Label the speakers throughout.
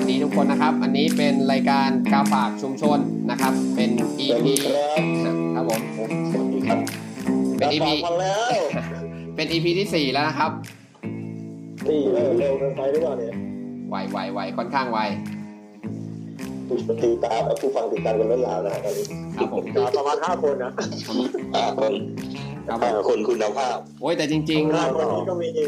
Speaker 1: ดีทุกคนนะครับอันนี้เป็นรายการกาฝากชุมชนนะครับเป็น EP ครับผมเป็น EP เป็น EP ที่4แล้วนะครับ
Speaker 2: เร็วเกินไปหรือเปล่าเนี่ย
Speaker 1: ไวค่อนข้างไว
Speaker 2: ตีตามผู้ฟังติดตามกันล้นหลามนะตอนนี้
Speaker 1: ครับผม
Speaker 2: ประมาณ5 คนนะ
Speaker 3: คน5 คนคุณภาพ
Speaker 1: โอ้ยแต่จริงๆ
Speaker 2: 5 คนนี้ก็มี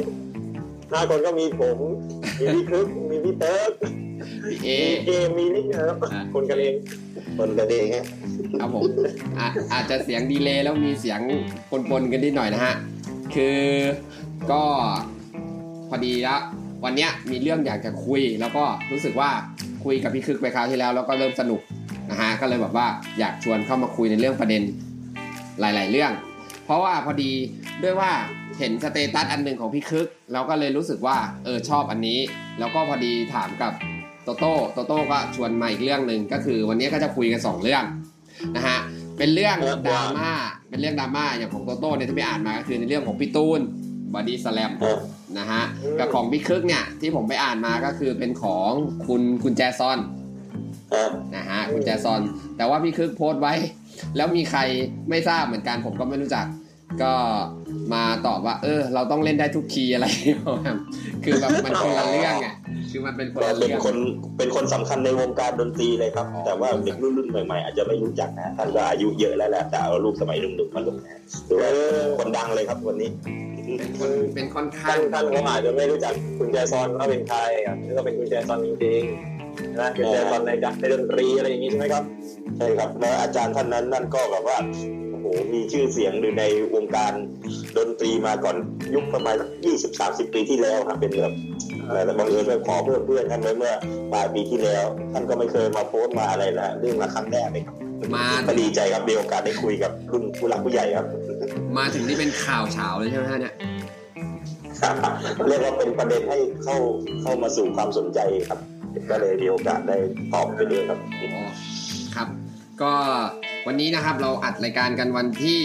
Speaker 2: 5 คนก็มีผมมีพี่คึกมีพี่เติร์กมีเกมมีนี่ครับคนกันเอง
Speaker 1: ครับผมอาจจะเสียงดีเลย์แล้วมีเสียงปนๆกันนิดหน่อยนะฮะคือก็พอดีละวันเนี้ยมีเรื่องอยากจะคุยแล้วก็รู้สึกว่าคุยกับพี่คึกไปคราวที่แล้วก็เริ่มสนุกนะฮะก็เลยแบบว่าอยากชวนเข้ามาคุยในเรื่องประเด็นหลายๆเรื่องเพราะว่าพอดีด้วยว่าเห็นสเตตัสอันหนึ่งของพี่คึกแล้วก็เลยรู้สึกว่าชอบอันนี้แล้วก็พอดีถามกับโตโต้ก็ชวนมาอีกเรื่องนึงก็คือวันนี้ก็จะคุยกัน2เรื่องนะฮะเป็นเรื่องดราม่าอย่างของโตโต้เนี่ยที่ไปอ่านมาก็คือในเรื่องของพี่ตูนบอดี้สแลมนะฮะกับของพี่คึกเนี่ยที่ผมไปอ่านมาก็คือเป็นของคุณแจซอนนะฮะคุณแจซอนแต่ว่าพี่คึกโพสต์ไว้แล้วมีใครไม่ทราบเหมือนกันผมก็ไม่รู้จักก็มาตอบว่าเราต้องเล่นได้ทุกคีย์อะไรคือแบบมันคนละเรื่องไงคือมันเป็นคนละเรื่อง
Speaker 3: เป็นคนสำคัญในวงการดนตรีเลยครับแต่ว่าเด็กรุ่นใหม่ๆอาจจะไม่รู้จักนะท่านก็อายุเยอะแล้วแหละแต่เอารูปสมัยหนุ่มๆมาลงนะหรือว่าคนดังเลยครับวันนี้
Speaker 1: เป็นค่อนข้าง
Speaker 2: ท่านก็อาจจะไม่รู้จักคุณแจซอนว่าเป็นใครอ่ะนี่ก็เป็นคุณแจซอนจริงๆนะคุณแจซอนในดนตรีอะไรอย่างนี้ใช่ไหมครับ
Speaker 3: ใช่ครับแล้วอาจารย์ท่านนั้นนั่นก็แบบว่าโอ้โหมีชื่อเสียงอยู่ในวงการดนตรีมาก่อนยุคประมาณ20-30 ปีที่แล้วครับเป็นแบบแต่บังเอิญไปขอเพื่อนท่านไว้เมื่อปลายปีที่แล้วท่านก็ไม่เคยมาโพสต์มาอะไรนะเรื่องมาครั้งแรกเลยครับมาดีใจครับมีโอกาสได้คุยกับรุ่นผู้หลักผู้ใหญ่ครับ
Speaker 1: มาถึงนี่เป็นข่าวเฉาเลยใช่ไหมฮะเนี่ย
Speaker 3: เรียกว่าเป็นประเด็นให้เข้ามาสู่ความสนใจครับก็เลยมีโอกาสได้ตอบไปด้วยครับ
Speaker 1: ครับก็วันนี้นะครับเราอัดรายการกันวันที่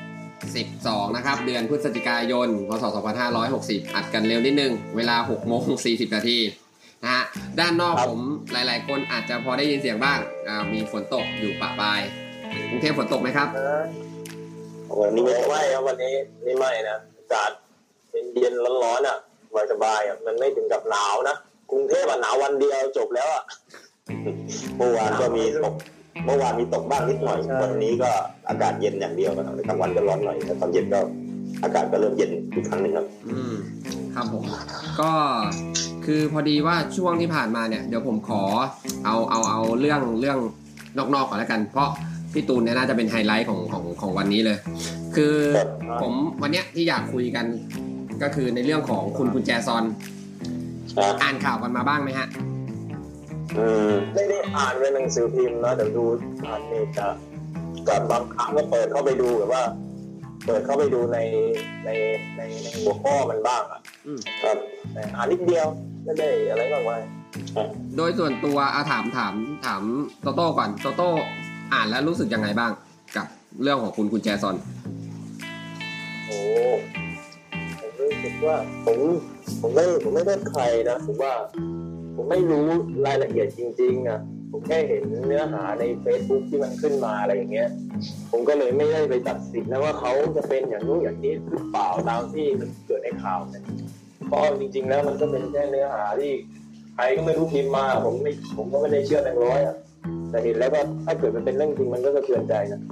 Speaker 1: 12นะครับเดือนพฤศจิกายนพศ2560อัดกันเร็วนิดนึงเวลา 6:40 นาทีนะฮะด้านนอกผมหลายๆคนอาจจะพอได้ยินเสียงบ้างมีฝนตกอยู่ปะปลายกรุงเทพฝนตกไหมครับ
Speaker 2: วันนี้ไม่ครับวันนี้ไม่นะอากาศเย็นๆร้อนๆอ่ะสบายๆอ่ะมันไม่ถึงกับหนาวนะกรุงเทพหนาววันเดียวจบแล้วอ่ะ
Speaker 3: เมื่อวานมีตกบ้างนิดหน่อยวันนี้ก็อากาศเย็นอย่างเดียวครับกลางวันก็ร้อนหน่อยแต่ตอนเย็นก็อากาศก็เริ่มเย็นอีกครั้งนึงครับ
Speaker 1: ครับผมก็คือพอดีว่าช่วงที่ผ่านมาเนี่ยเดี๋ยวผมขอเอาเรื่องนอกๆก่อนแล้วกันเพราะพี่ตูนเนี่ยน่าจะเป็นไฮไลท์ของวันนี้เลยคือผมวันเนี้ยที่อยากคุยกันก็คือในเรื่องของคุณแจซอนอ่านข่าวกันมาบ้างไหมฮะ
Speaker 2: ไม่ได้อ่านในหนังสือพิมพ์นะแต่ดูผ่านเน็ตกับบางครั้งก็เปิดเข้าไปดูแบบว่าเปิดเข้าไปดูในหัวข้อมันบ้างอ่ะครับอ่านนิดเดียวไม่ได้อะไรมากมาย
Speaker 1: โดยส่วนตัวถามโตโต้ก่อนโตโต้อ่านแล้วรู้สึกยังไงบ้างกับเรื่องของคุณแจซอน
Speaker 2: โอ้ผมรู้สึกว่าผมไม่ได้ใครนะผมว่าผมไม่รู้รายละเอียดจริงๆอ่ะผมแค่เห็นเนื้อหาใน Facebook ที่มันขึ้นมาอะไรอย่างเงี้ยผมก็เลยไม่ได้ไปตัดสินนะว่าเขาจะเป็นอย่างนู้นอย่างนี้หรือเปล่าตามที่มันเกิดในข่าวเนี่ยเพราะจริงๆแล้วมันก็เป็นแค่เนื้อหาที่ใครก็ไม่รู้พิมพ์มาผมก็ไม่ได้เชื่อ100%อ่ะแต่เห็นแล้วก็ถ้าเกิดมันเป็นเรื่องจริงมันก็สะเทือนใจนะ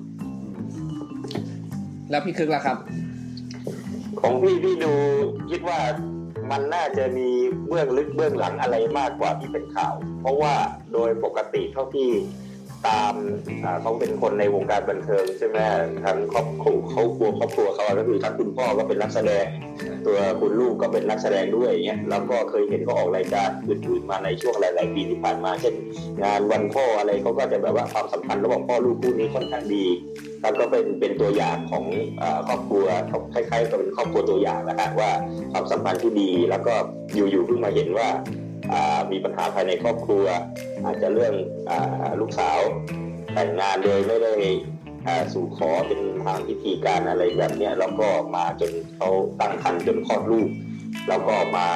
Speaker 1: แล้วพี่คึกล่ะครับ
Speaker 3: ของพี่ดูคิดว่ามันน่าจะมีเบื้องลึกเบื้องหลังอะไรมากกว่าที่เป็นข่าวเพราะว่าโดยปกติเท่าที่ตามเขาเป็นคนในวงการบันเทิงใช่ไหมทั้งครอบครัวเขาก็คือทั้งคุณพ่อก็เป็นนักแสดงตัวคุณลูกก็เป็นนักแสดงด้วยอย่างเงี้ยแล้วก็เคยเห็นเขาออกรายการอื่นๆมาในช่วงหลายๆปีที่ผ่านมาเช่นงานวันพ่ออะไรเขาก็จะแบบว่าความสัมพันธ์ระหว่างพ่อลูกคู่นี้ค่อนข้างดีแล้วก็เป็นตัวอย่างของครอบครัวคล้ายๆกับเป็นครอบครัวตัวอย่างนะฮะว่าความสัมพันธ์ที่ดีแล้วก็อยู่ๆเพิ่งมาเห็นว่ามีปัญหาภายในครอบครัวอาจจะเรื่องลูกสาวแต่งงานโดยไม่ได้สู่ขอเป็นทางพิธีการอะไรแบบนี้แล้วก็มาจนเขาตั้งครรภ์จนคลอดลูกแล้วก็มา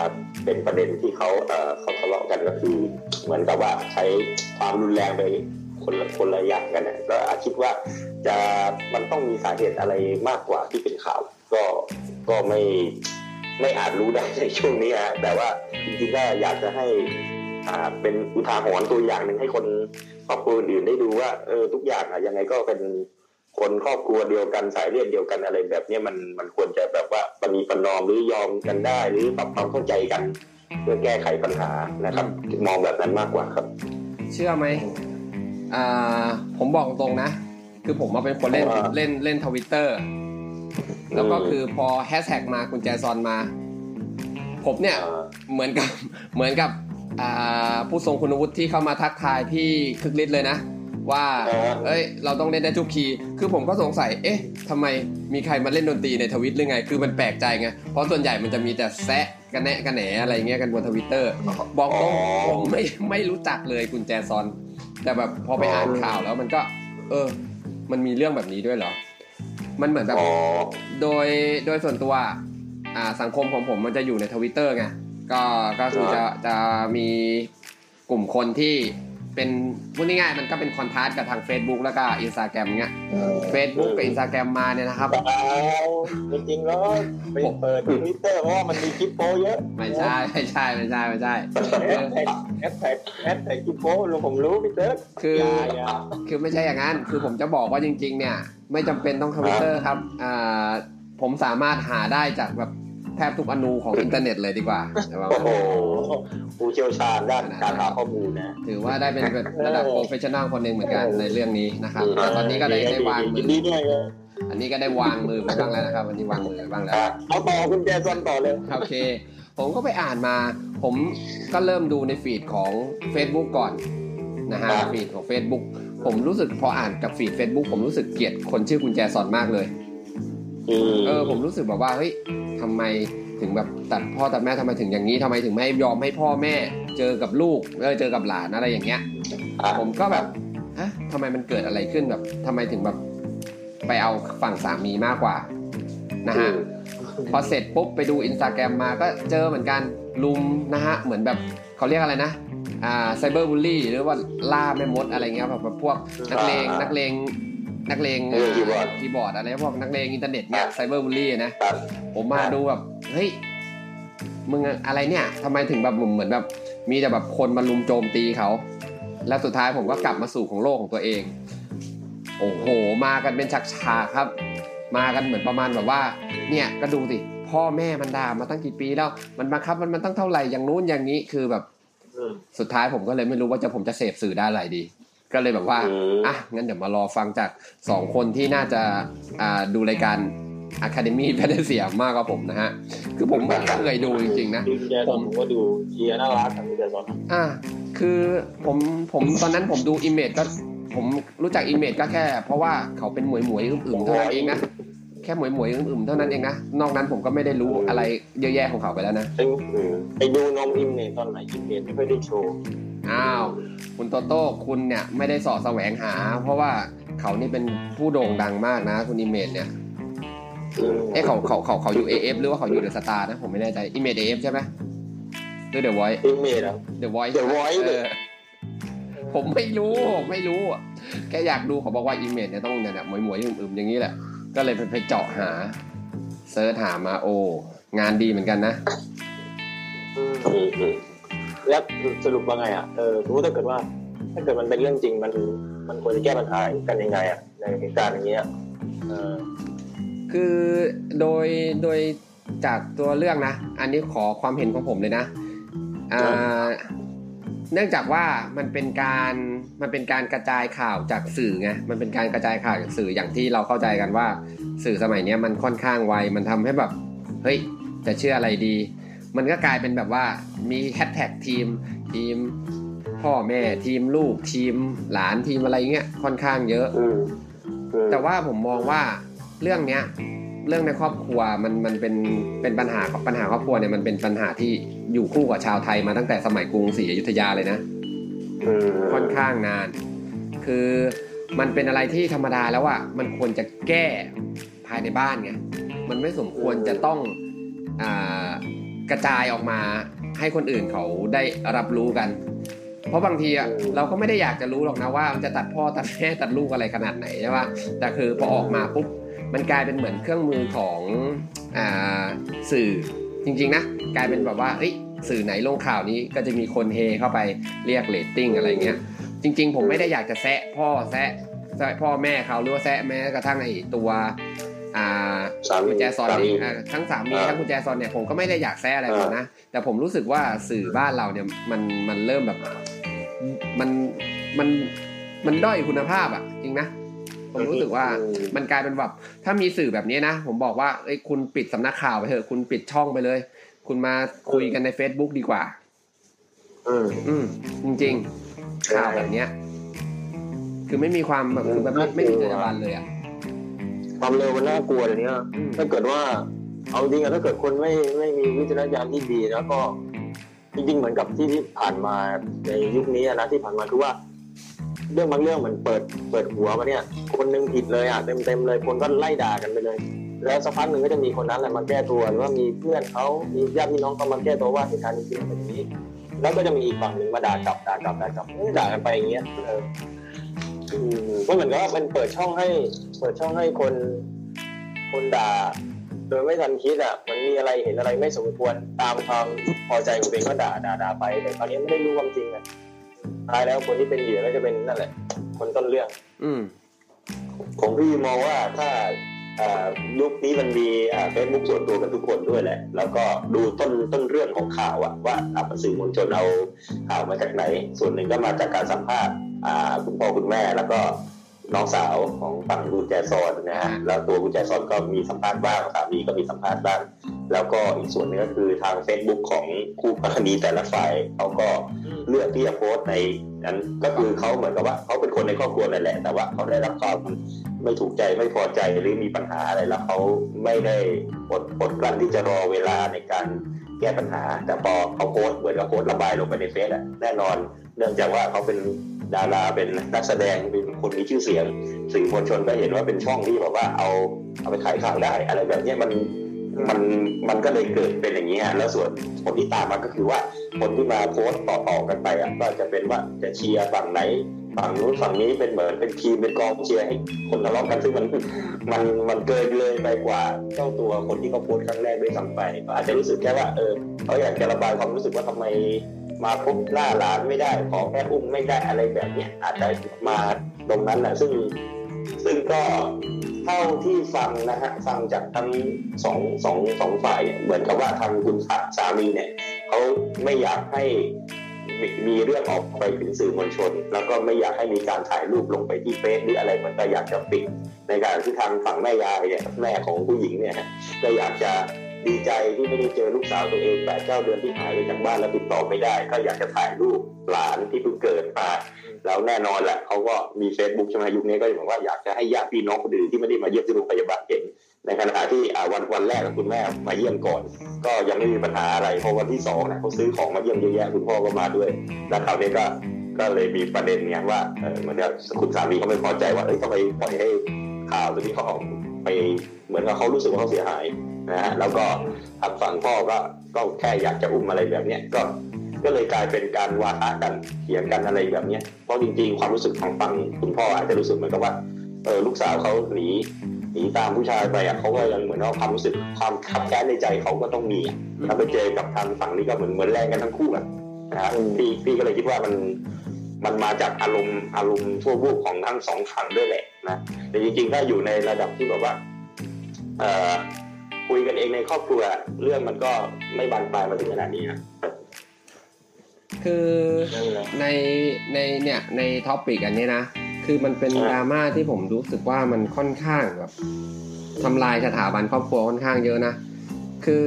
Speaker 3: เป็นประเด็นที่เขาทะเลาะกันก็คือเหมือนกับว่าใช้ความรุนแรงไปคนละอย่างกันนะก็คิดว่ามันต้องมีสาเหตุอะไรมากกว่าที่เป็นข่าวก็ไม่อาจรู้ได้ในช่วงนี้ฮะแต่ว่าจริงๆก็อยากจะให้เป็นอุทาหรณ์ตัวอย่างหนึ่งให้คนครอบครัวอื่นได้ดูว่าทุกอย่างยังไงก็เป็นคนครอบครัวเดียวกันสายเลือดเดียวกันอะไรแบบนี้มันควรจะแบบว่าประนีประนอมหรือยอมกันได้หรือปรับความเข้าใจกันเพื่อแก้ไขปัญหานะครับมองแบบนั้นมากกว่าครับ
Speaker 1: เชื่อไหมผมบอกตรงนะคือผมมาเป็นคนเล่น Twitter แล้วก็คือพอแฮชแท็กมาคุณแจซอนมาผมเนี่ยเหมือนกับผู้ทรงคุณวุฒิที่เข้ามาทักทายพี่คึกฤทธิ์เลยนะว่าเราต้องเล่นได้ทุกคีย์คือผมก็สงสัยทำไมมีใครมาเล่นดนตรีในทวิตหรือไงคือมันแปลกใจไงเพราะส่วนใหญ่มันจะมีแต่แซะกันแนะกันแหนอะไรเงี้ยกันบน Twitter บอกตรงผมไม่รู้จักเลยคุณแจซอนแต่แบบพอไปอ่านข่าวแล้วมันก็มันมีเรื่องแบบนี้ด้วยเหรอมันเหมือนแบบโดยส่วนตัวสังคมของผมมันจะอยู่ใน Twitter ไงก็คือจะมีกลุ่มคนที่เป็นพูดง่ายๆมันก็เป็นคอนทราสต์กับทาง Facebook แล้วก็ Instagram เงี้ย Facebook กับ Instagram มาเนี่ยนะครับ
Speaker 2: จริงๆแล้วไปเปิด Twitter เพราะว่ามันมีคลิปโป๊เยอะ
Speaker 1: ไม่ใช่แฮชแท็
Speaker 2: กคลิปโป๊ลงผมรู้พี่เติร์ด
Speaker 1: คือไม่ใช่อย่างนั้นคือผมจะบอกว่าจริงๆเนี่ยไม่จำเป็นต้อง Twitter ครับผมสามารถหาได้จากแบบแทบทุกอนูของอินเทอร์เน็ตเลยดีกว่า
Speaker 3: โอ้โหผู้เชี่ยวชาญด้านการหาข้อมูลนะ
Speaker 1: ถือว่าได้เป็นระดับโปรเฟสชั่นอลคนหนึ่งเหมือนกันในเรื่องนี้นะครับแต่ตอนนี้ก็ได้วางมืออันนี้ก็ได้วางมือไปบ้างแล้วนะครับวันนี้วางมือบ้างแล้ว
Speaker 2: เอาต่อคุณแจซอนต่อเลย
Speaker 1: โอเคผมก็ไปอ่านมาผมก็เริ่มดูในฟีดของ Facebook ก่อนนะฮะฟีดของ Facebook ผมรู้สึกพออ่านจากฟีด Facebook ผมรู้สึกเกลียดคนชื่อคุณแจซอนมากเลยผมรู้สึกแบบว่าเฮ้ยทำไมถึงแบบตัดพ่อตัดแม่ทำไมถึงอย่างนี้ทำไมถึงไม่ยอมให้พ่อแม่เจอกับลูกเจอกับหลานอะไรอย่างเงี้ยผมก็แบบทำไมมันเกิดอะไรขึ้นแบบทำไมถึงแบบไปเอาฝั่งสามีมากกว่านะฮะพอเสร็จปุ๊บไปดู Instagram มาก็เจอเหมือนกันลุมนะฮะเหมือนแบบเขาเรียกอะไรนะไซเบอร์บูลลี่หรือว่าล่าแม่มดอะไรเงี้ยแบบพวกนักเลงคีย์บอร์ดอะไรพวกนักเลงอินเทอร์เน็ตเนี่ยไซเบอร์บูลลี่นะผมมาดูแบบเฮ้ยมึงอะไรเนี่ยทำไมถึงแบบเหมือนแบบมีแต่แบบคนมาลุมโจมตีเขาแล้วสุดท้ายผมก็กลับมาสู่ของโลกของตัวเองโอ้โหมากันเป็นฉากๆครับมากันเหมือนประมาณแบบว่าเนี่ยก็ดูสิพ่อแม่มันด่ามาตั้งกี่ปีแล้วมันบังคับมันตั้งเท่าไหร่อย่างนู้นอย่างนี้คือแบบสุดท้ายผมก็เลยไม่รู้ว่าผมจะเสพสื่อด้านอะไรดีก็เลยแบบว่างั้นเดี๋ยวมารอฟังจาก2คนที่น่าจะดูรายการ Academy แพทย์เสียมากกว่าผมนะฮะคือผมไม่เคยดูจริงๆนะ
Speaker 2: ผมก็ดูเชียร์น่ารักครับพี่แจซอน
Speaker 1: คือผมตอนนั้นผมดู Image ก็ผมรู้จัก Image ก็แค่เพราะว่าเขาเป็นหมวยๆอึมๆเท่านั้นเองนะแค่หมวยๆอึมๆเท่านั้นเองนะนอกนั้นผมก็ไม่ได้รู้อะไรเยอะแยะของเขาไปแล้วนะ
Speaker 2: ไปดูนมImageตอนไหนImageไม่ค่อยได้โชว์
Speaker 1: คุณโตโต้คุณเนี่ยไม่ได้สอดแสวงหาเพราะว่าเขานี่เป็นผู้โด่งดังมากนะคุณImageเนี่ยเขาอยู่ AF หรือว่าเขาอยู่เดอะสตาร์นะผมไม่แน่ใจ Image AF ใช่ไหมหรือ The Voice
Speaker 2: Image อ่ะ
Speaker 1: The Voice ผมไม่รู้แค่อยากดูเขาบอกว่า Image เนี่ยต้องเนี่ยหมวยๆอึมๆอย่างนี้แหละก็เลยไปเจาะหาเสิร์ชหามาโอ้งานดีเหมือนกันนะ
Speaker 2: แล้วสรุปว่าไงรู้ถ้าเกิดมันเป็นเรื่องจริงมันควรจะแก้ปัญหากันยังไงในเหตุการณ์อย่างเงี้ย
Speaker 1: คือโดยจากตัวเรื่องนะอันนี้ขอความเห็นของผมเลยนะเนื่องจากว่ามันเป็นการกระจายข่าวจากสื่อไงมันเป็นการกระจายข่าวจากสื่ออย่างที่เราเข้าใจกันว่าสื่อสมัยนี้มันค่อนข้างไวมันทำให้แบบเฮ้ยจะเชื่ออะไรดีมันก็กลายเป็นแบบว่ามีแฮชแท็กทีมพ่อแม่ทีมลูกทีมหลานทีมอะไรเงี้ยค่อนข้างเยอะแต่ว่าผมมองว่าเรื่องในครอบครัวมันเป็นปัญหาครอบครัวเนี่ยมันเป็นปัญหาที่อยู่คู่กับชาวไทยมาตั้งแต่สมัยกรุงศรีอยุธยาเลยนะค่อนข้างนานคือมันเป็นอะไรที่ธรรมดาแล้วอ่ะมันควรจะแก้ภายในบ้านไงมันไม่สมควรจะต้องกระจายออกมาให้คนอื่นเขาได้รับรู้กันเพราะบางทีอ่ะเราก็ไม่ได้อยากจะรู้หรอกนะว่ามันจะตัดพ่อตัดแม่ตัดลูกอะไรขนาดไหนใช่ป่ะแต่คือพอออกมาปุ๊บมันกลายเป็นเหมือนเครื่องมือของสื่อจริงๆนะกลายเป็นแบบว่าสื่อไหนลงข่าวนี้ก็จะมีคนเฮเข้าไปเรียกเรตติ้งอะไรเงี้ยจริงๆผมไม่ได้อยากจะแซะพ่อแม่เขาหรือว่าแซะแม้กระทั่งไอ้ตัวคุณแจซอนเองทั้งสามีทั้งคุณแจซอนเนี่ยผมก็ไม่ได้อยากแซะอะไรเขานะแต่ผมรู้สึกว่าสื่อบ้านเราเนี่ยมันเริ่มแบบมันด้อยคุณภาพอ่ะจริงนะผมรู้สึกว่ามันกลายเป็นแบบถ้ามีสื่อแบบนี้นะผมบอกว่าคุณปิดสำนักข่าวไปเถอะคุณปิดช่องไปเลยคุณมาคุยกันใน Facebook ดีกว่าจริงๆข่าวแบบเนี้ยคือไม่มีความแบบคือแบบไม่มีจรรยาบรรณเลยอ่ะ
Speaker 2: ความเร็วมันน่ากลัวอย่างนี้ถ้าเกิดว่าเอาจริงอะถ้าเกิดคนไม่มีวิจารณญาณที่ดีนะก็จริงๆเหมือนกับที่ผ่านมาในยุคนี้นะที่ผ่านมาคือว่าเรื่องบางเรื่องมันเปิดหัวมาเนี่ยคนนึงผิดเลยอ่ะเต็มเลยคนก็ไล่ด่ากันไปเลยแล้วสักพักหนึ่งก็จะมีคนนั้นแหละมาแก้ตัวหรือว่ามีเพื่อนเขามีญาติพี่น้องเขามาแก้ตัวว่าเหตุการณ์จริงๆเป็นอย่างนี้แล้วก็จะมีอีกฝั่งหนึ่งมาด่ากลับด่ากันไปอย่างเงี้ยก็เหมือนกับว่ามันเปิดช่องให้คนด่าโดยไม่ทันคิดอ่ะมันมีอะไรเห็นอะไรไม่สมควรตามความพอใจของตัวเองก็ด่าไปแต่ตอนนี้ไม่ได้รู้ความจริงอ่ะท้ายแล้วคนที่เป็นเหยื่อก็จะเป็นนั่นแหละคนต้นเรื่อง
Speaker 3: ผมพี่มองว่าถ้ายุคนี้มันมีFacebook ส่วนตัวกันทุกคนด้วยแหละแล้วก็ดูต้นเรื่องของข่าวว่าสื่อมวลชนเอาข่าวมาจากไหนส่วนหนึ่งก็มาจากการสัมภาษณ์คุณพ่อคุณแม่แล้วก็น้องสาวของฝั่งคุณแจซอนนะฮะแล้วตัวคุณแจซอนก็มีสัมภาษณ์บ้างสามีก็มีสัมภาษณ์บ้างแล้วก็อีกส่วนนึงก็คือทาง Facebook ของคู่กรณีแต่ละฝ่ายเขาก็เลือกที่จะโพสต์ในนั้นก็คือเขาเหมือนกับว่าเขาเป็นคนในครอบครัวนั่นแหละแต่ว่าเขาได้รับความไม่ถูกใจไม่พอใจหรือมีปัญหาอะไรแล้วเขาไม่ได้อดกลั้นที่จะรอเวลาในการแก้ปัญหาแต่พอเขาโพสต์เหมือนกับโพสต์ระบายลงไปในเฟซแน่นอนเนื่องจากว่าเขาเป็นดาราเป็นนักแสดงเป็นคนมีชื่อเสียงสื่อมวลชนก็เห็นว่าเป็นช่องที่แบบว่าเอาไปขายข่าวได้อะไรแบบนี้มันก็เลยเกิดเป็นอย่างนี้ฮะแล้วส่วนผลที่ตามมาก็คือว่าคนที่มาโพสต์ต่อกันไปก็จะเป็นว่าจะเชียร์ฝั่งไหนฝั่งนู้นฝั่งนี้เป็นเหมือนเป็นทีมเป็นกองเชียร์ให้คนทะเลาะกันซึ่งมันเกินเลยไปกว่าเจ้าตัวคนที่เขาโพสต์ครั้งแรกด้วยซ้ำไปอาจจะรู้สึกแค่ว่าเขาอยากจะระบายความรู้สึกว่าทำไมมาพบหน้าร้านไม่ได้ขอแค่อุ้มไม่ได้อะไรแบบนี้อาจจะมาตรงนั้นนะซึ่งก็เท่าที่ฟังนะฮะฟังจากทั้งสองฝ่ายเนี่ยเหมือนกับว่าทางคุณสามีเนี่ยเขาไม่อยากให้มีเรื่องออกไปถึงสื่อมวลชนแล้วก็ไม่อยากให้มีการถ่ายรูปลงไปที่เฟซหรืออะไรมันก็อยากจะปิดในการที่ทางฝั่งแม่ยายเนี่ยแม่ของผู้หญิงเนี่ยก็อยากจะดีใจที่ไม่ได้เจอลูกสาวตัวเอง8-9 เดือนที่หายไปจากบ้านแล้วติดต่อไม่ได้ก็อยากจะถ่ายรูปหลานที่เพิ่งเกิดมาแล้วแน่นอนแหละเขาก็มี Facebook ใช่ไหมยุคนี้ก็บอกว่าอยากจะให้ญาติพี่น้องคนอื่นที่ไม่ได้มาเยี่ยมที่โรงพยาบาลเห็นในขณะที่วันแรกคุณแม่มาเยี่ยมก่อนก็ยังไม่มีปัญหาอะไรพอวันที่2นะเขาซื้อของมาเยี่ยมเยอะแยะคุณพ่อก็มาด้วยแล้วคราวนี้ก็เลยมีประเด็นไงว่าเหมือนกับคุณสามีเขาไม่พอใจว่าทำไมปล่อยให้ข่าวตัวนี้เขาออกไปเหมือนกับเขารู้สึกว่าเขาเสียหายนะฮะแล้วก็ทางฝั่งพ่อก็แค่อยากจะอุ้มอะไรแบบนี้ก็เลยกลายเป็นการวาทะกันเถียงกันอะไรแบบนี้เพราะจริงๆความรู้สึกของฝั่งคุณพ่ออาจจะรู้สึกเหมือนกับว่าลูกสาวเขาหนีตามผู้ชายไปเขาก็ยังเหมือนว่าความรู้สึกความขับแค้นในใจเขาก็ต้องมีถ้าไปเจอกับทางฝั่งนี้ก็เหมือนแรงกันทั้งคู่นะฮะพี่ก็เลยคิดว่ามันมาจากอารมณ์ชั่ววูบของทั้งสองฝั่งด้วยแหละนะแต่จริงๆถ้าอยู่ในระดับที่แบบว่าคุยกันเองในครอบครัวเรื่องมันก็ไม่บานปลายมาถึงขนาดนี้นะ
Speaker 1: คือในท็อปิกอันนี้นะคือมันเป็นดราม่าที่ผมรู้สึกว่ามันค่อนข้างแบบทำลายสถาบันครอบครัวค่อนข้างเยอะนะคือ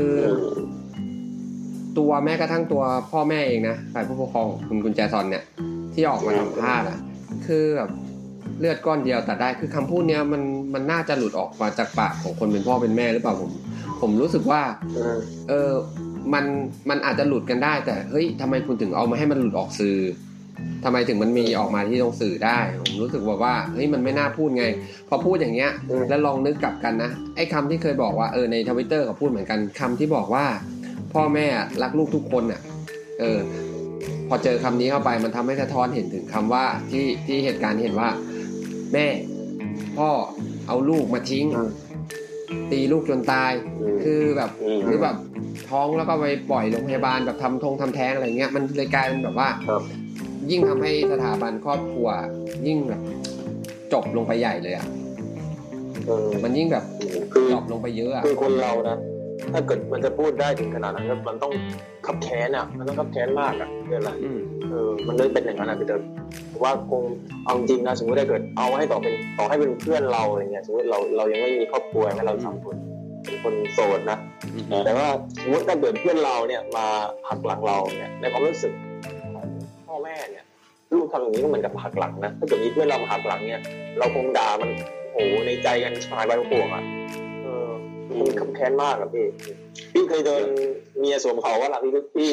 Speaker 1: ตัวแม้กระทั่งตัวพ่อแม่เองนะฝ่ายผู้ปกครองคุณแจซอนเนี่ยที่ออกมาสัมภาษณ์คือแบบเลือดก้อนเดียวตัดได้คือคำพูดเนี้ยมันน่าจะหลุดออกมาจากปากของคนเป็นพ่อเป็นแม่หรือเปล่าผมรู้สึกว่ามันอาจจะหลุดกันได้แต่เฮ้ยทำไมคุณถึงเอามาให้มันหลุดออกสื่อทำไมถึงมันมีออกมาที่ตรงสื่อได้ผมรู้สึกว่าเฮ้ยมันไม่น่าพูดไงพอพูดอย่างเงี้ยแล้วลองนึกกลับกันนะไอ้คำที่เคยบอกว่าใน Twitter เขาพูดเหมือนกันคำที่บอกว่าพ่อแม่รักลูกทุกคนน่ะพอเจอคำนี้เข้าไปมันทำให้สะท้อนเห็นถึงคำว่าที่เหตุการณ์เห็นว่าแม่พ่อเอาลูกมาทิ้งตีลูกจนตายคือแบบหรือแบบท้องแล้วก็ไปปล่อยโรงพยาบาลแบบทำแท้งอะไรเงี้ยมันเลยกลายเป็นแบบว่ายิ่งทำให้สถาบันครอบครัวยิ่งแบบจบลงไปใหญ่เลยอ่ะมันยิ่งแบบจบลงไปเยอะอ่ะ
Speaker 2: คือคนเรานะถ้าเกิดมันจะพูดได้ถึงขนาดนั้นมันต้องขับแค้นอ่ะมันต้องขับแค้นมากอ่ะเรื่องอะไรมันเลยเป็นอย่างนั้นอ่ะพี่เต๋อว่าคงเอาจริงนะสมมติถ้าเกิดเอาให้ต่อให้เป็นเพื่อนเราอะไรเงี้ยสมมติเรายังไม่มีครอบครัวให้เราทำเป็นคนโสดนะแต่ว่าสมมติถ้าเกิดเพื่อนเราเนี่ยมาหักหลังเราเนี่ยในความรู้สึกของพ่อแม่เนี่ยลูกทำอย่างนี้ก็เหมือนกับหักหลังนะถ้าเกิดมีเพื่อนเรามาหักหลังเนี่ยเราคงด่ามันโอ้ในใจกันชายใบห่วงอ่ะมันขับแค้นมากอะพี่เคยโดนเมียสวมเขาว่าหลังพี่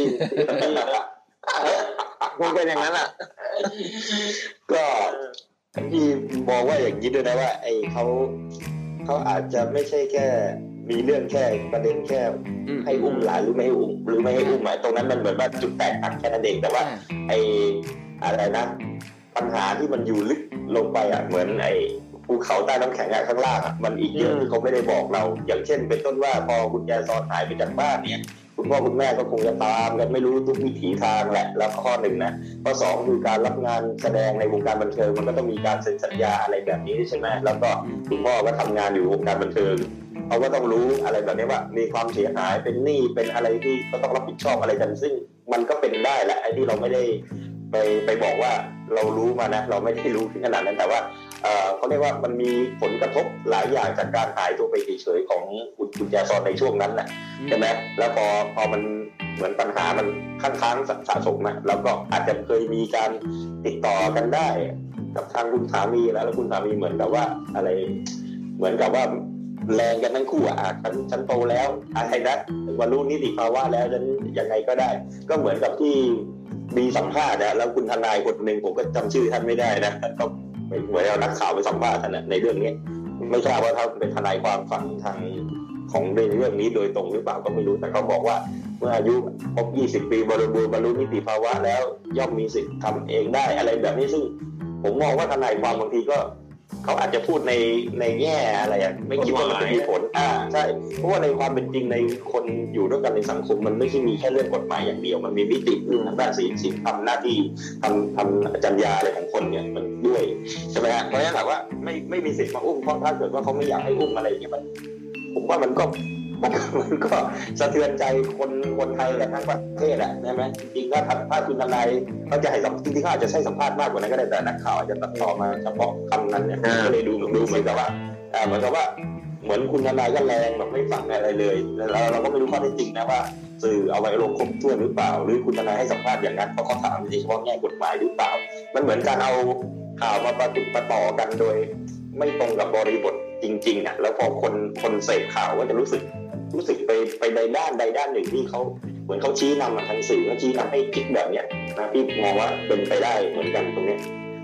Speaker 2: คงเป็นอย่างนั้นอ่ะ
Speaker 3: ก็พี่มองว่าอย่างนี้ด้วยนะว่าไอ้เขาอาจจะไม่ใช่แค่มีเรื่องแค่ประเด็นแค่ให้อุ้มหลานหรือไม่ให้อุ้มหรือไม่ให้อุ้มตรงนั้นมันเหมือนว่าจุดแตกหักแค่นั้นเองแต่ว่าไอ้อะไรนะปัญหาที่มันอยู่ลึกลงไปอ่ะเหมือนไอ้ภูเขาใต้น้ำแข็งข้างล่างอ่ะมันอีกเยอะที่เขาไม่ได้บอกเราอย่างเช่นเป็นต้นว่าพอคุณยายซอนหายไปจากบ้านเนี่ยคุณพ่อคุณแม่ก็คงจะตามกันไม่รู้ทุกวิถีทางแหละแล้วข้อหนึ่งนะข้อสองคือการรับงานแสดงในวงการบันเทิงมันก็ต้องมีการเซ็นสัญญาอะไรแบบนี้ใช่ไหมแล้วก็คุณพ่อก็ทำงานอยู่วงการบันเทิงเขาก็ต้องรู้อะไรแบบนี้ว่ามีความเสียหายเป็นหนี้เป็นอะไรที่ก็ต้องรับผิดชอบอะไรกันซึ่งมันก็เป็นได้แหละไอ้ที่เราไม่ได้ไปบอกว่าเรารู้มานะเราไม่ได้รู้ถึงขนาดนั้นแต่ว่าเขาเรียกว่ามันมีผลกระทบหลายอย่างจากการหายตัวไปเฉยๆของคุณแจซอนในช่วงนั้นแหละใช่ไหมแล้วพอมันเหมือนปัญหามันค้างสะสมนะแล้วก็อาจจะเคยมีการติดต่อกันได้กับทางคุณสามีแล้วคุณสามีเหมือนกับว่าอะไรเหมือนกับว่าแรงกันทั้งคู่ฉันโตแล้วอะไรนะบรรลุนิติภาวะแล้วฉันยังไงก็ได้ก็เหมือนกับที่มีสัมภาษณ์นะแล้วคุณทนายคนหนึ่งผมก็จำชื่อท่านไม่ได้นะก็เหมือนเอานักข่าวไปสัมภาษณ์ท่านในเรื่องนี้ไม่ทราบว่าเขาเป็นทนายความฝั่งทางของในเรื่องนี้โดยตรงหรือเปล่าก็ไม่รู้แต่เขาบอกว่าเมื่ออายุครบ20 ปีบรรลุนิติภาวะแล้วย่อมมีสิทธิ์ทำเองได้อะไรแบบนี้ซึ่งผมมองว่าทนายความบางทีก็เขาอาจจะพูดในแง่อะไรไม่คิดว่ามันจะมีผลใช่เพราะว่าในความเป็นจริงในคนอยู่ด้วยกันในสังคมมันไม่ใช่มีแค่เรื่องกฎหมายอย่างเดียวมันมีมิติอื่นทางด้านศีลธรรมหน้าที่ทำจรรยาอะไรของคนเนี่ยมันด้วยใช่ไหมฮะเพราะฉะนั้นถามว่าไม่มีสิทธิ์มาอุ้มเพราะถ้าเกิดว่าเขาไม่อยากให้อุ้มอะไรอย่างเงี้ยผมว่ามันก็สะเทือนใจคนไทยและทั้งประเทศใช่ไหมจริงๆถ้าคุณทนายเขาจะให้จริงๆเขาอาจจะใช้สัมภาษณ์มากกว่านั้นก็ได้แต่นักข่าวอาจจะตัดต่อมาเฉพาะคำนั้นเนี่ยก็เลยดูเหมือนกับว่าเหมือนคุณทนายก็แรงแบบไม่ฟังอะไรเลยแล้วเราก็ไม่รู้ข้อเท็จจริงนะว่าสื่อเอาไว้ลงครบถ้วนหรือเปล่าหรือคุณทนายให้สัมภาษณ์อย่างนั้นเพราะเขาถามเฉพาะแง่กฎหมายหรือเปล่ามันเหมือนการเอาข่าวมาประติดประต่อกันโดยไม่ตรงกับบริบทจริงๆแล้วพอคนเสพข่าวก็จะรู้สึกไปในด้านใดด้านหนึ่งที่เขาเหมือนเขาชี้นำทางสื่อเขาชี้นำให้คิดแบบเนี้ยนะพี่มองว่าเป็นไปได้เหมือนกันตรงนี้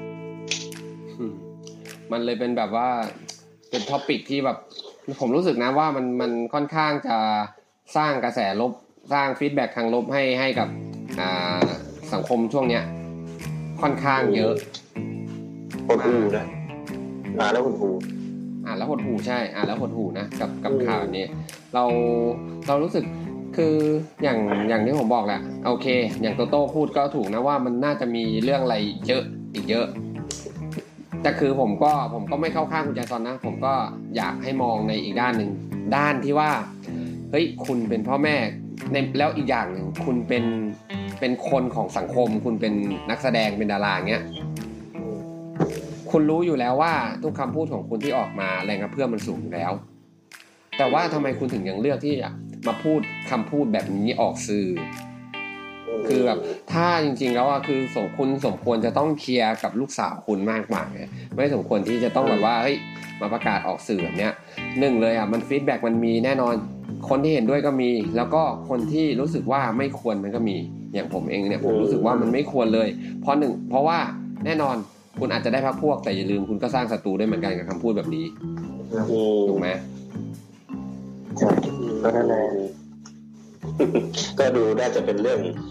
Speaker 1: มันเลยเป็นแบบว่าเป็นท็อปิกที่แบบผมรู้สึกนะว่ามันค่อนข้างจะสร้างกระแสลบสร้างฟีดแบ็กทางลบให้กับสังคมช่วงเนี้ยค่อนข้างเยอะ
Speaker 2: หดหู่นะแล้วหดหู่
Speaker 1: แล้วหดหู่ใช่แล้วหดหู่นะกับข่าวแบบนี้เรารู้สึกคืออย่างที่ผมบอกแหละโอเคอย่างโตโต้พูดก็ถูกนะว่ามันน่าจะมีเรื่องอะไรเยอะอีกเยอะแต่คือผมก็ไม่เข้าข้างคุณแจซอนนะผมก็อยากให้มองในอีกด้านหนึ่งด้านที่ว่าเฮ้ยคุณเป็นพ่อแม่แล้วอีกอย่างหนึ่งคุณเป็นคนของสังคมคุณเป็นนักแสดงเป็นดาราเงี้ยคุณรู้อยู่แล้วว่าทุกคำพูดของคุณที่ออกมาแรงกระเพื่อมมันสูงอยู่แล้วแต่ว่าทำไมคุณถึงยังเลือกที่จะมาพูดคำพูดแบบนี้ออกสื่อคือแบบถ้าจริงๆแล้วคือคุณสมควรจะต้องเคลียร์กับลูกสาวคุณมากกว่าไม่สมควรที่จะต้องแบบว่าเฮ้ยมาประกาศออกสื่อแบบเนี้ยหนึ่งเลยมันฟีดแบ็กมันมีแน่นอนคนที่เห็นด้วยก็มีแล้วก็คนที่รู้สึกว่าไม่ควรมันก็มีอย่างผมเองเนี่ยผมรู้สึกว่ามันไม่ควรเลยเพราะว่าแน่นอนคุณอาจจะได้พรรคพวกแต่อย่าลืมคุณก็สร้างศัตรูได้เหมือนกันกับคำพูดแบบนี้ถูกไหม
Speaker 2: ใช่ก็นั่นแหละ
Speaker 3: ก็ดูน่าจะเป็นเรื่อง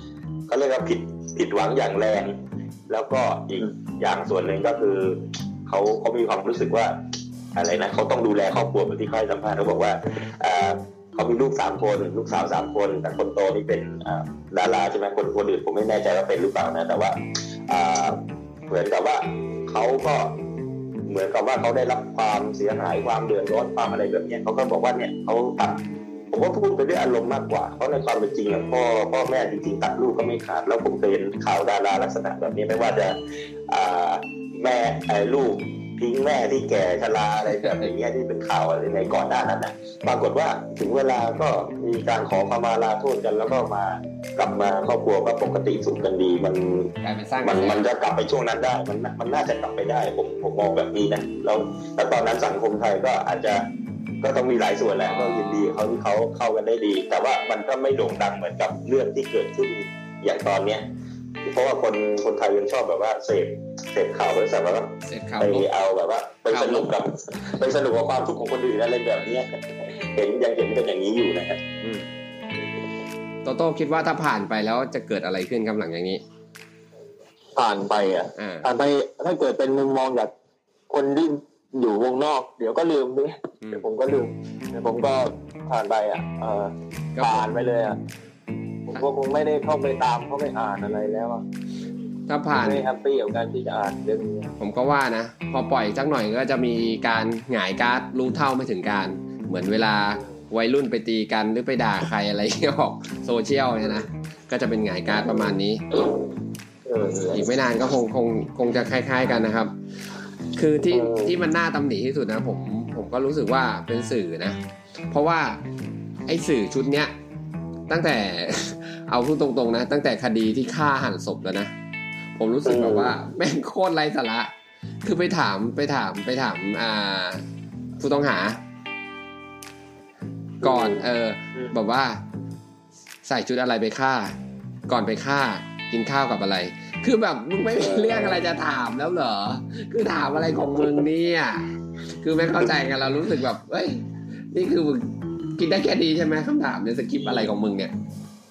Speaker 3: เขาเรียกว่าผิดหวังอย่างแรงแล้วก็อีกอย่างส่วนหนึ่งก็คือเขามีความรู้สึกว่าอะไรนะเขาต้องดูแลครอบครัวเหมือนที่เขาให้สัมภาษณ์เขาบอกว่าเขามีลูก3 คนลูกสาว3 คนแต่คนโตนี่เป็นดาราใช่ไหมคนอื่นผมไม่แน่ใจว่าเป็นหรือเปล่านะแต่ว่าเหมือนกับว่าเขาก็เหมือนกับว่าเขาได้รับความเสียหายความเดือดร้อนความอะไรแบบนี้เขาก็บอกว่าเนี่ยเขาตัดผมก็พูดไปด้วยอารมณ์มากกว่าเพราะในความเป็นจริงแล้วพ่อแม่จริงๆตัดลูกก็ไม่ขาดแล้วผมเคยเห็นข่าวดาราลักษณะแบบนี้ไม่ว่าจะแม่ลูกทิ้งแม่ที่แก่ชราอะไรแบบนี้ที่เป็นข่าวอะไรในก่อนหน้านั้นนะปรากฏว่าถึงเวลาก็มีการขอขมาลาโทษกันแล้วก็กลับมาครอบครัวก็ปกติสุขกันดีมันจะกลับไปช่วงนั้นได้มันน่าจะกลับไปได้ผมมองแบบนี้นะแล้วตอนนั้นสังคมไทยก็อาจจะก็ต้องมีหลายส่วนแหละก็ยินดีเขาที่เขาเข้ากันได้ดีแต่ว่ามันก็ไม่โด่งดังเหมือนกับเรื่องที่เกิดขึ้นอย่างตอนเนี้ยเพราะว่าคนไทยยังชอบแบบว่าเสพข่าวบริษัทว่าไปเอาแบบว่าไปสนุกกับความทุกข์ของคนอื่นอะไรแบบนี้ยังเห็นเป็นอย่างนี้อยู่นะครับ
Speaker 1: โตโต้คิดว่าถ้าผ่านไปแล้วจะเกิดอะไรขึ้นครับหลังอย่างนี้
Speaker 2: ผ่านไปผ่านไปถ้าเกิดเป็นมุมมองจากคนที่อยู่วงนอกเดี๋ยวก็ลืมด้วยเดี๋ยวผมก็ลืมเดี๋ยวผมก็ผ่านไปผ่านไปเลยผมก็คงไม่ได้เข้าไปตามเข้าไปอ่านอะไรแล้ว
Speaker 1: ถ้าผ่าน
Speaker 2: ไม่แฮปปี้กับการที่จะอ่านเรื่องนี้
Speaker 1: ผมก็ว่านะพอปล่อยสักหน่อยก็จะมีการหงายการ์ดรู้เท่าไม่ถึงการเหมือนเวลาวัยรุ่นไปตีกันหรือไปด่าใครอะไรออกโซเชียลเนี่ยนะก็จะเป็นหงายการ์ดประมาณนี้อีกไม่นานก็คงจะคล้ายๆกันนะครับคือที่มันน่าตำหนิที่สุดนะผมก็รู้สึกว่าเป็นสื่อนะเพราะว่าไอ้สื่อชุดเนี้ยตั้งแต่เอาพูดตรงๆนะตั้งแต่คดีที่ฆ่าหันศพแล้วนะผมรู้สึกแบบว่าแม่งโคตรไร้สาระคือไปถามผู้ต้องหาก่อนแบบว่าใส่ชุดอะไรไปฆ่าก่อนไปฆ่ากินข้าวกับอะไรคือแบบมึงไม่มีเรื่องอะไรจะถามแล้วเหรอคือถามอะไรของมึงเนี่ยคือไม่เข้าใจกันเรารู้สึกแบบเอ้ยนี่คือมึงกินได้แค่ดีใช่ไหมคำถามเนี่ยสคริปต์อะไรของมึงเนี่ย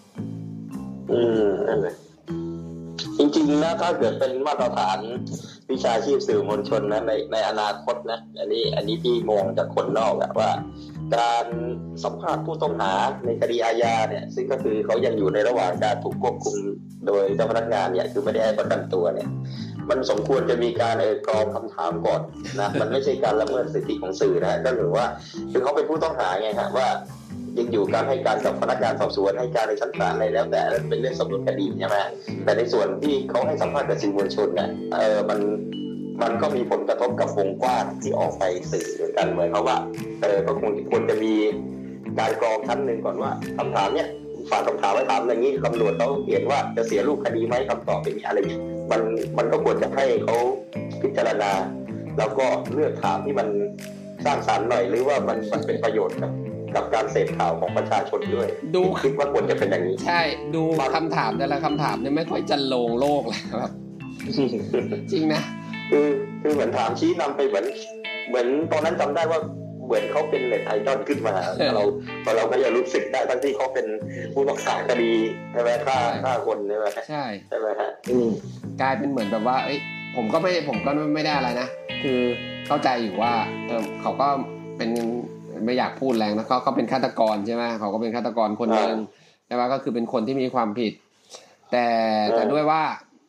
Speaker 3: นั่นแหละจริงๆนะถ้าเกิดเป็นมาตรฐานวิชาชีพสื่อมวลชนนะในอนาคตนะอันนี้พี่มองจากคนนอกอะว่าการสัมภาษณ์ผู้ต้องหาในคดีอาญาเนี่ยซึ่งก็คือเขายังอยู่ในระหว่างการถูกควบคุมโดยเจ้าพนักงานเนี่ยคือไม่ได้ให้ประกันตัวเนี่ยมันสมควรจะมีการกรองคำถามก่อนนะมันไม่ใช่การละเมิดสิทธิของสื่อนะก็หรือว่าคือเขาเป็นผู้ต้องหาไงฮะว่ายังอยู่การให้การกับพนักงานสอบสวนให้การในชั้นศาลอะไรแล้วแต่เป็นเรื่องสำนวนคดีใช่ไหมแต่ในส่วนที่เขาให้สัมภาษณ์กับสื่อมวลชนเนี่ยมันก็มีผลกระทบกับวงกว้างที่ออกไปสื่อเหมือนกันเหมือนเขาว่าก็ควรจะมีการกรองชั้นหนึ่งก่อนว่าคำถามเนี่ยฝากคำถามไว้ถามอย่างนี้ตำรวจเขาเห็นว่าจะเสียรูปคดีไหมคำตอบเป็นอะไรอย่างนี้มันก็ควรจะให้เขาพิจารณาแล้วก็เลือกถามที่มันสร้างสรรค์หน่อยหรือว่ามันเป็นประโยชน์กับการเสพข่าวของประชาชนด้วย
Speaker 1: ดู
Speaker 3: คิดว่าควรจะเป็นอย่างนี้
Speaker 1: ใช่ดูคำถามแต่ละคำถามเนี่ยไม่ค่อยจะลงโลกเลยครับจริงนะ
Speaker 3: คือเหมือนถามชี้นำไปเหมือนตอนนั้นจำได้ว่าเหมือนเขาเป็นเน็ตไอดอลขึ้นมาเราก็ยังรู้สึกได้ทั้งที่เขาเป็นผู้ต้องหาคดีใช่ไหมฆ่าคนใช่ไหมใช่ไหมฮะ
Speaker 1: กลายเป็นเหมือนแบบว่าผมก็ไม่ได้อะไรนะคือเข้าใจอยู่ว่าเขาก็เป็นไม่อยากพูดแรงนะเขาเป็นฆาตกรใช่ไหมเขาก็เป็นฆาตกรคนนึงแต่ว่าก็คือเป็นคนที่มีความผิดแต่ด้วยว่า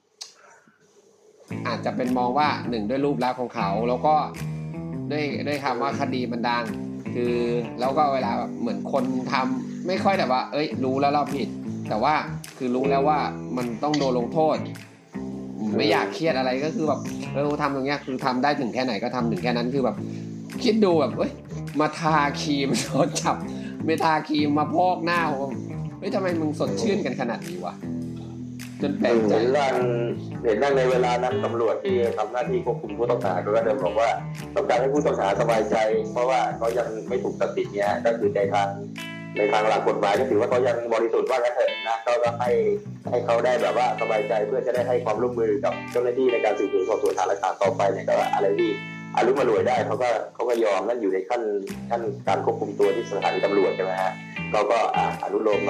Speaker 1: อาจจะเป็นมองว่าหนึ่งด้วยรูปลักษณ์ของเขาแล้วก็ด้วยคำว่าคดีมันดังคือแล้วก็เวลาแบบเหมือนคนทำไม่ค่อยแบบว่ารู้แล้วเราผิดแต่ว่าคือรู้แล้วว่ามันต้องโดนลงโทษไม่อยากเครียดอะไรก็คือแบบทำตรงเนี้ยคือทำได้ถึงแค่ไหนก็ทำถึงแค่นั้นคือแบบคิดดูแบบมาทาครีมโดนจับไม่ทาครีมมาพอกหน้าผมทำไมมึงสดชื่นกันขนาดนี้วะจนแปลกใจ
Speaker 3: เห็นนั่งในเวลานั้นตำรวจที่ทำหน้าที่ควบคุมผู้ต้องหาก็เดินบอกว่าต้องการให้ผู้ต้องหาสบายใจเพราะว่าเขายังไม่ถูกตัดสินเนี่ยก็คือในทางหลักกฎหมายก็ถือว่าเขายังบริสุทธิ์ว่างั้นเถอะนะเขาก็ให้เขาได้แบบว่าสบายใจเพื่อจะได้ให้ความร่วมมือกับเจ้าหน้าที่ในการสืบสวนสอบสวนหาหลักฐานต่อไปเนี่ยก็อะไรที่อรุมอร่วยได้เขาก็ยอมนั่นอยู่ในขั้นการควบคุมตัวที่สถานีตำรวจใช่ไหมฮะเขาก็อนุโลมหน่อย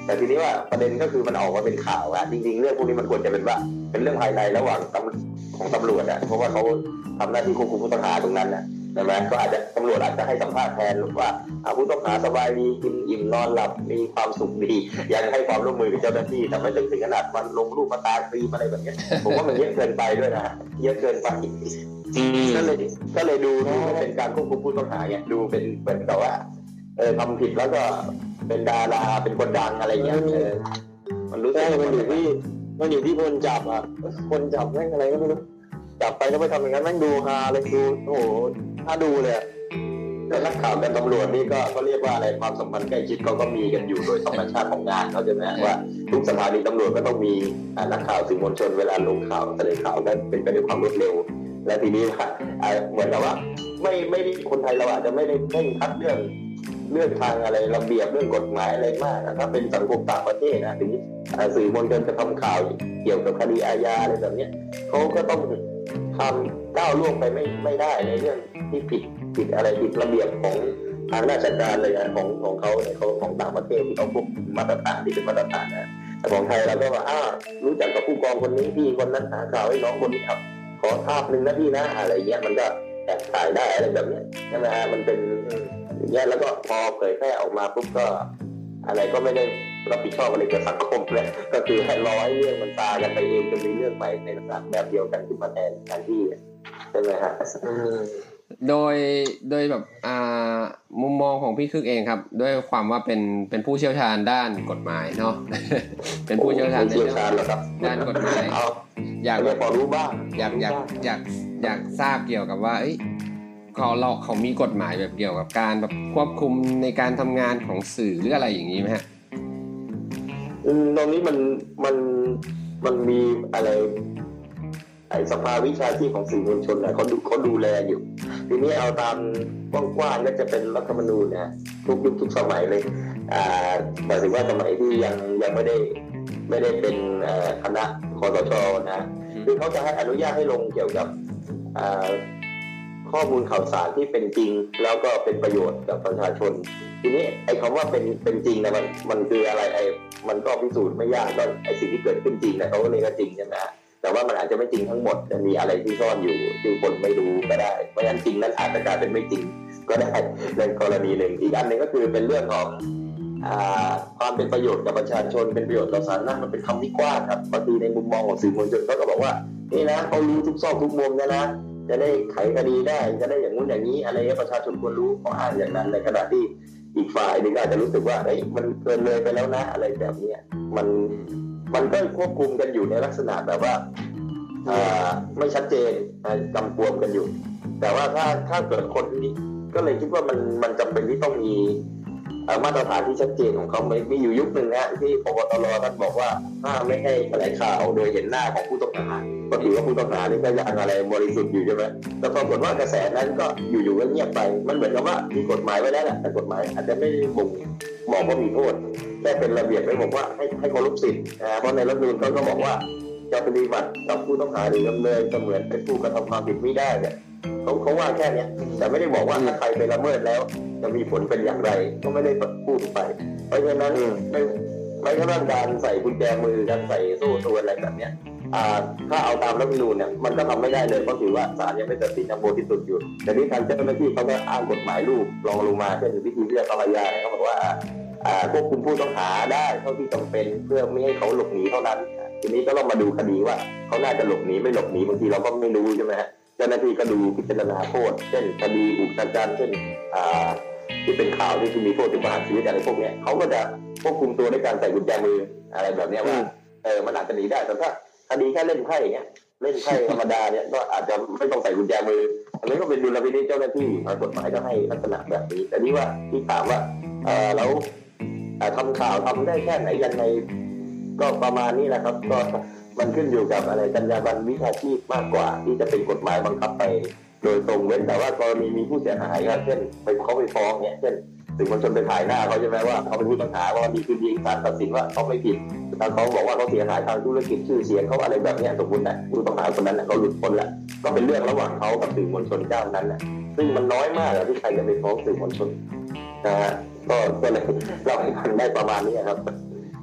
Speaker 3: แต่ทีนี้ว่าประเด็นก็คือมันออกมาเป็นข่าวอะจริงๆเรื่องพวกนี้มันควรจะเป็นว่าเป็นเรื่องภายในระหว่างของตำรวจอะเพราะว่าเขาทำหน้าที่ควบคุมผู้ต้องหาตรงนั้นนะใช่ไหมก็อาจจะตำรวจอาจจะให้สัมภาษณ์แทนว่าผู้ต้องหาสบายดีกินอิ่มนอนหลับมีความสุขดีอยากให้ความร่วมมือกับเจ้าหน้าที่แต่ไม่ถึงขนาดมันลงรูปมาตาครีมอะไรแบบนี้ผมว่ามันเยอะเกินไปด้วยนะเยอะเกินไปก็เลยดูเป็นการควบคุมผู้ต้องหาเนี่ยดูเป็นเหมือนกับว่าทำผิดแล้วก็เป็นดาราเป็นคนดังอะไรเงี้ยมันรู้สึกมันอยู่ที่คนจับอ่ะคนจับแม่งอะไรก็ไม่รู้จับไปแล้วไปทำอย่างนั้นแม่งดูฮาเลยดูโอ้โหถ้าดูเลยแต่นักข่าวกับตำรวจนี่ก็เรียกว่าอะไรความสัมพันธ์ใกล้ชิดเขาก็มีกันอยู่โดยธรรมชาติของงานเขาจะนะว่าทุกสถานีตำรวจก็ต้องมีนักข่าวสื่อมวลชนเวลาลงข่าวแถลงข่าวก็เป็นไปด้วยความรวดเร็วและทีนี้เหมือนกับว่าไม่ได้คนไทยเราอาจจะไม่ได้เร่งคัดเรื่องทางอะไรระเบียบเรื่องกฎหมายอะไรมากถ้าเป็นสังคมต่างประเทศนะถึงสื่อมวลชนจะทำข่าวเกี่ยวกับคดีอาญาอะไรแบบนี้เขาก็ต้องทำก้าวล่วงไปไม่ได้ในเรื่องที่ผิดอะไรผิดระเบียบของทางราชการเลยนะของเขาของต่างประเทศที่เขาควบคุมมาตรฐานที่เป็นมาตรฐานนะแต่ของไทยเราก็ว่ารู้จักกับผู้กองคนนี้พี่คนนั้นหาข่าวให้น้องคนนี้ครับขอภาพนึงนะพี่นะอะไรเงี้ยมันก็แอบถ่ายได้อะไรแบบนี้ใช่ไหมฮะมันเป็นอย่างเงี้ยแล้วก็พอเผยแพร่ออกมาปุ๊บก็อะไรก็ไม่ได้รับผิดชอบอะไรกับสังคมเลยก็คือให้รอให้เรื่องมันตากันไปเองจนมีเรื่องไปในลักษณะแบบเดียวกันขึ้นมาแทนที่ใช่ไหมฮะ
Speaker 1: โดยแบบมุมมองของพี่คึกเองครับด้วยความว่าเป็นผู้เชี่ยวชาญด้านกฎหมายเนาะ เป็นผู้เชี่ยวชาญด้านกฎหมายอยาก
Speaker 3: พอรู้บ้าง
Speaker 1: อยากทราบเกี่ยวกับว่าเขามีกฎหมายแบบเกี่ยวกับการแบบควบคุมในการทำงานของสื่อหรืออะไรอย่างนี้ไหมฮะ
Speaker 3: ตรงนี้มันมีอะไรสภาวิชาชีพของสื่อมวลชนเนี่ยเขาดูแลอยู่ทีนี้เอาตามกว้างๆก็จะเป็นรัฐธรรมนูญนะทุกยุคทุกสมัยเลยแต่ถือว่าสมัยที่ยังไม่ได้เป็นคณะคสช.นะคือเขาจะให้อนุญาตให้ลงเกี่ยวกับข้อมูลข่าวสารที่เป็นจริงแล้วก็เป็นประโยชน์กับประชาชนทีนี้ไอ้คำว่าเป็นจริงนะมันคืออะไรมันก็พิสูจน์ไม่ยากก็ไอ้สิ่งที่เกิดขึ้นจริงนะเขาก็เรียกว่าจริงใช่ไหมแต่ว่ามันอาจจะไม่จริงทั้งหมดจะมีอะไรที่ซ่อนอยู่ที่คนไม่รู้ก็ได้เพราะฉะนั้นจริงนั้นอาจจะกลายเป็นไม่จริงก็ได้ในกรณีหนึ่งอีกอันหนึ่งก็คือเป็นเรื่องของความเป็นประโยชน์กับประชาชนเป็นประโยชน์ต่อสาธารณะมันเป็นคำที่กว้างครับบางทีในมุมมองของสื่อมวลชนเขาก็บอกว่านี่นะเขารู้ทุกซอกทุกมุมนะจะได้ไขคดีได้จะได้อย่างนู้นอย่างนี้อะไรประชาชนควรรู้เขาอ้างอย่างนั้นในขณะที่อีกฝ่ายนึงอาจจะรู้สึกว่ามันเกินเลยไปแล้วนะอะไรแบบนี้มันก็ควบคุมกันอยู่ในลักษณะแบบว่าไม่ชัดเจนกำกวมกันอยู่แต่ว่าถ้าเกิดคนนี้ก็เลยคิดว่ามันจำเป็นที่ต้องมีมาตรฐานที่ชัดเจนของเขามีอยู่ยุคหนึ่งนะที่ปปตรท่านบอกว่าห้ามไม่ให้แถลงข่าวโดยเห็นหน้าของผู้ต้องหาก็ถือว่าผู้ต้องหานี่ก็ยังอะไรบริสุทธิ์อยู่ใช่ไหมแต่ปรากฏว่ากระแสนั้นก็อยู่ๆก็เงียบไปมันเหมือนกับว่ามีกฎหมายไว้แล้วแหละแต่กฎหมายอาจจะไม่บ่งบอกว่ามีโทษแต่เป็นระเบียบไม่บอกว่าให้เคารพสิทธิ์เพราะในรัฐธรรมนูญก็บอกว่าจะปฏิบัติกับผู้ต้องหาหรือจำเลยเสมือนเป็นผู้กระทำความผิดไม่ได้เนี่ยเขาว่าแค่นี้แต่ไม่ได้บอกว่าถ้าใครไปละเมิดแล้วจะมีผลเป็นอย่างไรก็ไม่ได้พูดไปเพราะฉะนั้นไม่กระทั่งการใส่กุญแจมือการใส่โซ่ตรวนอะไรแบบนี้ถ้าเอาตามรัฐธรรมนูญเนี่ยมันก็ทำไม่ได้เลยเพราะถือว่าศาลยังไม่ตัดสินทางบริสุทธิ์อยู่แต่ที่ทางเจ้าหน้าที่เขาก็อ้างกฎหมายลูกรองลงมาเช่นวิธีพิจารณาอาญาเขาบอกว่าควบคุมผู้ต้องหาได้เท่าที่จำเป็นเพื่อไม่ให้เขาหลบหนีเท่านั้นทีนี้ก็ต้องมาดูคดีว่าเขาน่าจะหลบหนีไม่หลบหนีบางทีเราก็ไม่รู้ใช่ไหมฮะเจ้าหน้าที่ก็ดูพิจารณาโทษเช่นคดีอุกชะกันเช่นที่เป็นข่าวที่มีโทษถึงประหารชีวิตอะไรพวกนี้เขาก็จะควบคุมตัวด้วยการใส่กุญแจมืออะไรแบบนี้ว่ามันอาจจะหนีได้แต่ถ้าคดีแค่เล่นไพ่อย่างเงี้ยเล่นไพ่ธรรมดาเนี่ยก็อาจจะไม่ต้องใส่กุญแจมืออันนี้ก็เป็นดุลพินิจเจ้าหน้าที่กฎหมายก็ให้ลักษณะแบบนี้แต่นี่ว่าที่ถามว่าแล้วทำข่าวทำได้แค่ไหนยังไงก็ประมาณนี้แหละครับก็มันขึ้นอยู่กับอะไรจรรยาบรรณวิชาชีพมากกว่าที่จะเป็นกฎหมายบังคับไปโดยตรงเว้นแต่ว่ากรณีมีผู้เสียหายครับเช่นเขาไปฟ้องเนี่ยเช่นสื่อมวลชนไปถ่ายหน้าเขาใช่ไหมว่าเขาเป็นผู้ต้องหาว่ามีคืนดีศาลตัดสินว่าเขาไม่ผิดทางเขาบอกว่าเขาเสียหายทางธุรกิจชื่อเสียงเขาอะไรแบบนี้สมมตินะผู้ต้องหาคนนั้นเขาหลุดพ้นแล้วก็เป็นเรื่องระหว่างเขากับสื่อมวลชนเจ้านั้นนะซึ่งมันน้อยมากที่ใครจะไปฟ้องสื่อมวลชนนะฮะก็เลยเราให้ฟังได้ประมาณนี้ครับ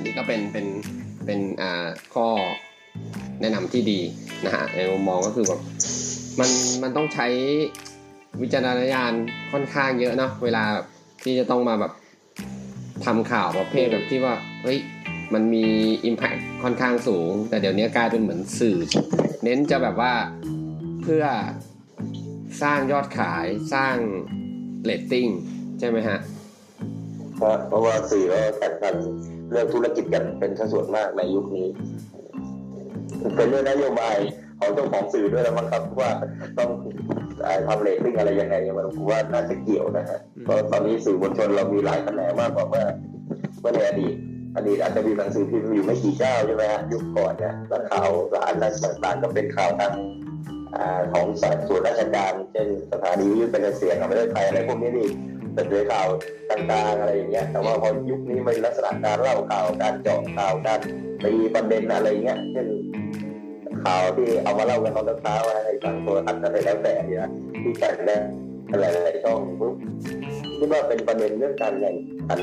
Speaker 1: นี้ก็เป็นข้อแนะนำที่ดีนะฮะในมุมมองก็คือแบบมันต้องใช้วิจารณญาณค่อนข้างเยอะเนาะเวลาที่จะต้องมาแบบทำข่าวประเภทแบบที่ว่าเฮ้ยมันมี impact ค่อนข้างสูงแต่เดี๋ยวนี้กลายเป็นเหมือนสื่อเน้นจะแบบว่าเพื่อสร้างยอดขายสร้างเรตติ้งใช่ไหมฮะ
Speaker 3: เพราะว่าสื่อก็แข่งกันเรื่องธุรกิจกันเป็นส่วนมากในยุคนี้เป็นเรื่องนโยบายของเจ้าของสื่อด้วยแล้วมั้งครับว่าต้องทำเรตติ้งอะไรยังไงมันผมว่าน่าจะเกี่ยวนะฮะเพราะตอนนี้สื่อมวลชนเรามีหลายแขนงมากกว่าเมื่อในอดีตอาจจะมีหนังสือพิมพ์อยู่ไม่กี่เจ้าใช่ไหมฮะยุคก่อนเนี่ยแล้วข่าวสารต่างๆก็เป็นข่าวทางของส่วนราชการเช่นสถานีวิทยุเป็นเสียงของประเทศไทยอะไรพวกนี้นี่เป็นเรื่องข่าวต่างๆอะไรอย่างเงี้ยแต่ว่าพอยุคนี้มันลักษณะการเล่าข่าวการเจาะข่าวการตีประเด็นอะไรเงี้ยเช่นข่าวที่เอามาเล่ากันตอนเช้าอะไรทางโทรทัศน์อะไรแล้วแต่เนี่ยที่จัดได้อะไรๆช่องปุ๊บคิดว่าเป็นประเด็นเรื่องการแข่งขัน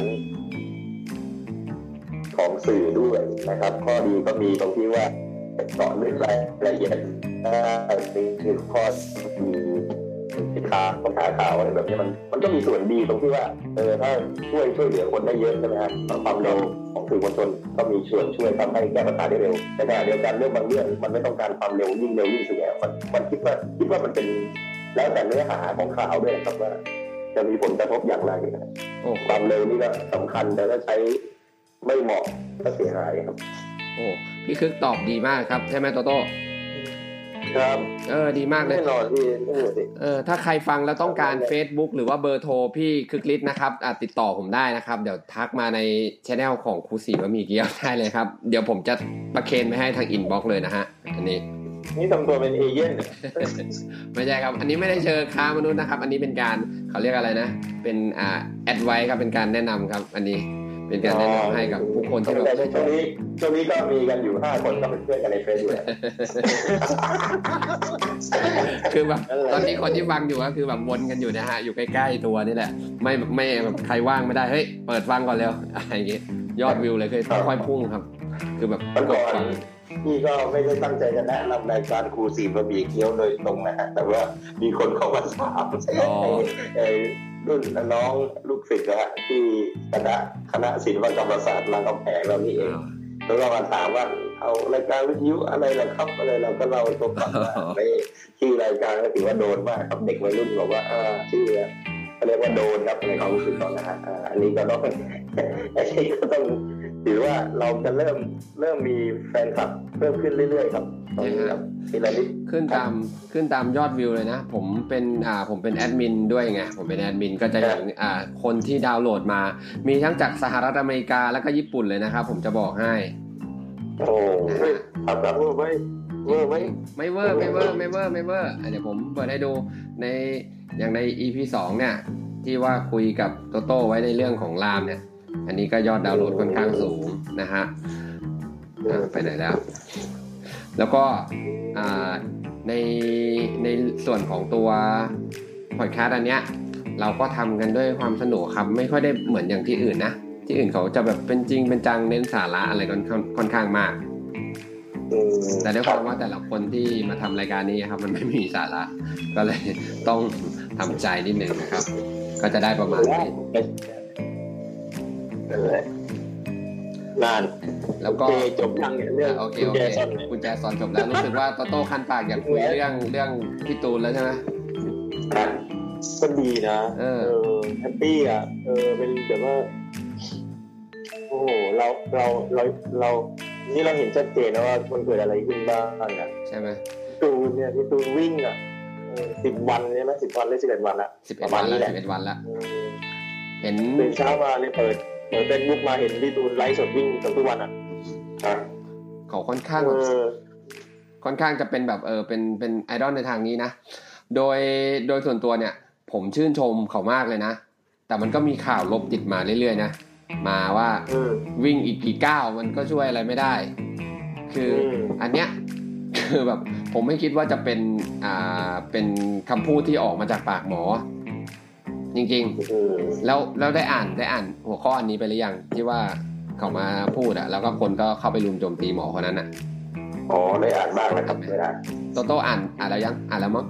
Speaker 3: ของสื่อด้วยนะครับข้อดีก็มีตรงที่ว่าเจาะลึกรายละเอียดคือข้อมีข่าวต้องหาข่าวอะไรแบบนี้มันก็มีส่วนดีตรงที่ว่าถ้าช่วยเหลือคนได้เยอะใช่ไหมครับความเร็วของสื่อมวลชนก็มีส่วนช่วยทำให้แก้ปัญหาได้เร็วแต่ในขณะเดียวกันเรื่องบางเรื่องมันไม่ต้องการความเร็วยิ่งเร็วยิ่งเสียมันคิดว่ามันเป็นแล้วแต่เนื้อหาของข่าวด้วยครับว่าจะมีผลกระทบอย่างไรความเร็วนี่ก็สำคัญแต่ถ้าใช้ไม่เหมาะก็เสียหายครับ
Speaker 1: โอ้พี่คึกตอบดีมากครับใช่ไหมโตโต้
Speaker 3: ครับ
Speaker 1: ดีมากเลย
Speaker 3: แน่นอนพี่
Speaker 1: ถ้าใครฟังแล้วต้องการ Facebook หรือว่าเบอร์โทรพี่คึกฤทธิ์นะครับติดต่อผมได้นะครับเดี๋ยวทักมาใน Channel ของครูศรีบะหมี่เกี๊ยวได้เลยครับเดี๋ยวผมจะประเคนไปให้ทางอินบ็อกซ์เลยนะฮะอันนี้
Speaker 3: ทำตัวเป็นเอเย่น
Speaker 1: ไม่ใช่ครับอันนี้ไม่ได้เชิญค้ามนุษย์นะครับอันนี้เป็นการเขาเรียกอะไรนะเป็นแอดไวซ์ครับเป็นการแนะนำครับอันนี้เป็นการแนะนำให้กับผู้คนที่
Speaker 3: แบบช่วงนี้ก็มีกันอยู่5คนก็เป็นเพื่อนกันในเฟซบุ๊ก
Speaker 1: คือแบบตอนนี้คนที่ฟังอยู่ก็คือแบบวนกันอยู่นะฮะอยู่ใกล้ๆตัวนี่แหละไม่แบบใครว่างไม่ได้เฮ้ยเปิดฟังก่อนเร็วอะไรอย่างงี้ยอดวิวเลยค่อยพุ่งครับคือแบบ
Speaker 3: กดฟังพี่ก็ไม่ได้ตั้งใจจะแนะนำรายการครูศรีบะหมี่เกี๊ยวโดยตรงนะฮะแต่ว่ามีคนเข้ามาถามรุ่นน้องลูกศิษย์นะฮะที่คณะศิลปกรรมศาสตร์รามคำแหงเรานี่เองแล้วก็มาถามว่าเอารายการวิทยุอะไรล่ะครับอะไรเราก็เล่าตัวฟังว่าในชื่อรายการก็ถือว่าโดนมากครับเด็กวัยรุ่นบอกว่าชื่อเขาเรียกว่าโดนครับในความรู้สึกของนะฮะอันนี้ก็ต้องถือว่าเราจะเริ่มมีแฟนคลับเพิ่มขึ้นเรื่อยๆครับทีละนิด
Speaker 1: ขึ้นตามยอดวิวเลยนะผมเป็นแอดมินด้วยไงผมเป็นแอดมินก็จะเห็นคนที่ดาวน์โหลดมามีทั้งจากสหรัฐอเมริกาแล้วก็ญี่ปุ่นเลยนะครับผมจะบอกให้
Speaker 3: โอ้ครับ
Speaker 1: ไม่เวอร์เดี๋ยวผมเปิดให้ดูในอย่างใน EP 2เนี่ยที่ว่าคุยกับโตโต้ไว้ในเรื่องของรามเนี่ยอันนี้ก็ยอดดาวน์โหลดค่อนข้างสูงนะฮะไปไหนแล้วก็ในส่วนของตัวพอดแคสต์อันเนี้ยเราก็ทำกันด้วยความสนุกครับไม่ค่อยได้เหมือนอย่างที่อื่นนะที่อื่นเขาจะแบบเป็นจริงเป็นจังเน้นสาระอะไรค่อนข้างมากแต่ด้วยความว่าแต่ละคนที่มาทำรายการนี้ครับมันไม่มีสาระก็เลยต้องทำใจนิดนึงนะครับก็จะได้ประมาณนี้
Speaker 3: นาน
Speaker 1: แล้วก็
Speaker 3: จบยังเรื่อง
Speaker 1: โอเคคุณแจซอนจบแล้วรู้สึกว่าโตโต้คันปากอยากคุยเรื่องพี่ตูนแล้วใช่ไหม
Speaker 3: ก็ดีนะแฮปปี้อ่ะเป็นแบบว่าโอ้โหเรานี่เราเห็นชัดเจนนะว่ามันเกิดอะไรขึ้นบ้างอ่ะ
Speaker 1: ใช่ไหม
Speaker 3: ตูนเนี่ยพี่ตูนวิ่งอ่ะ10 วันใช่ไหม10 วันหรือ11 วันละ
Speaker 1: 11 วันแล้ว11 วันละเห็น
Speaker 3: ตื่นเช้ามาเนี่ยเปิดเป็นบุ๊กมาเห็นพี่ตูนไลฟ์สดวิ่งทุกวันอ่ะ
Speaker 1: เขาค่อนข้างจะเป็นแบบเป็นไอดอลในทางนี้นะโดยส่วนตัวเนี่ยผมชื่นชมเขามากเลยนะแต่มันก็มีข่าวลบติดมาเรื่อยๆนะมาว่าวิ่งอีกกี่ก้าวมันก็ช่วยอะไรไม่ได้คืออันเนี้ยคือแบบผมไม่คิดว่าจะเป็นคำพูดที่ออกมาจากปากหมอจริงๆแล้วได้อ่านหัวข้ออันนี้ไปหรือยังที่ว่าเขามาพูดแล้วก็คนก็เข้าไปรุมโจมตีหมอคนนั้น
Speaker 3: อ๋อได้อ่านบ้างแล้วครับไม่ได้
Speaker 1: โตอ่านแล้วยังอ่านแล้วมั้ง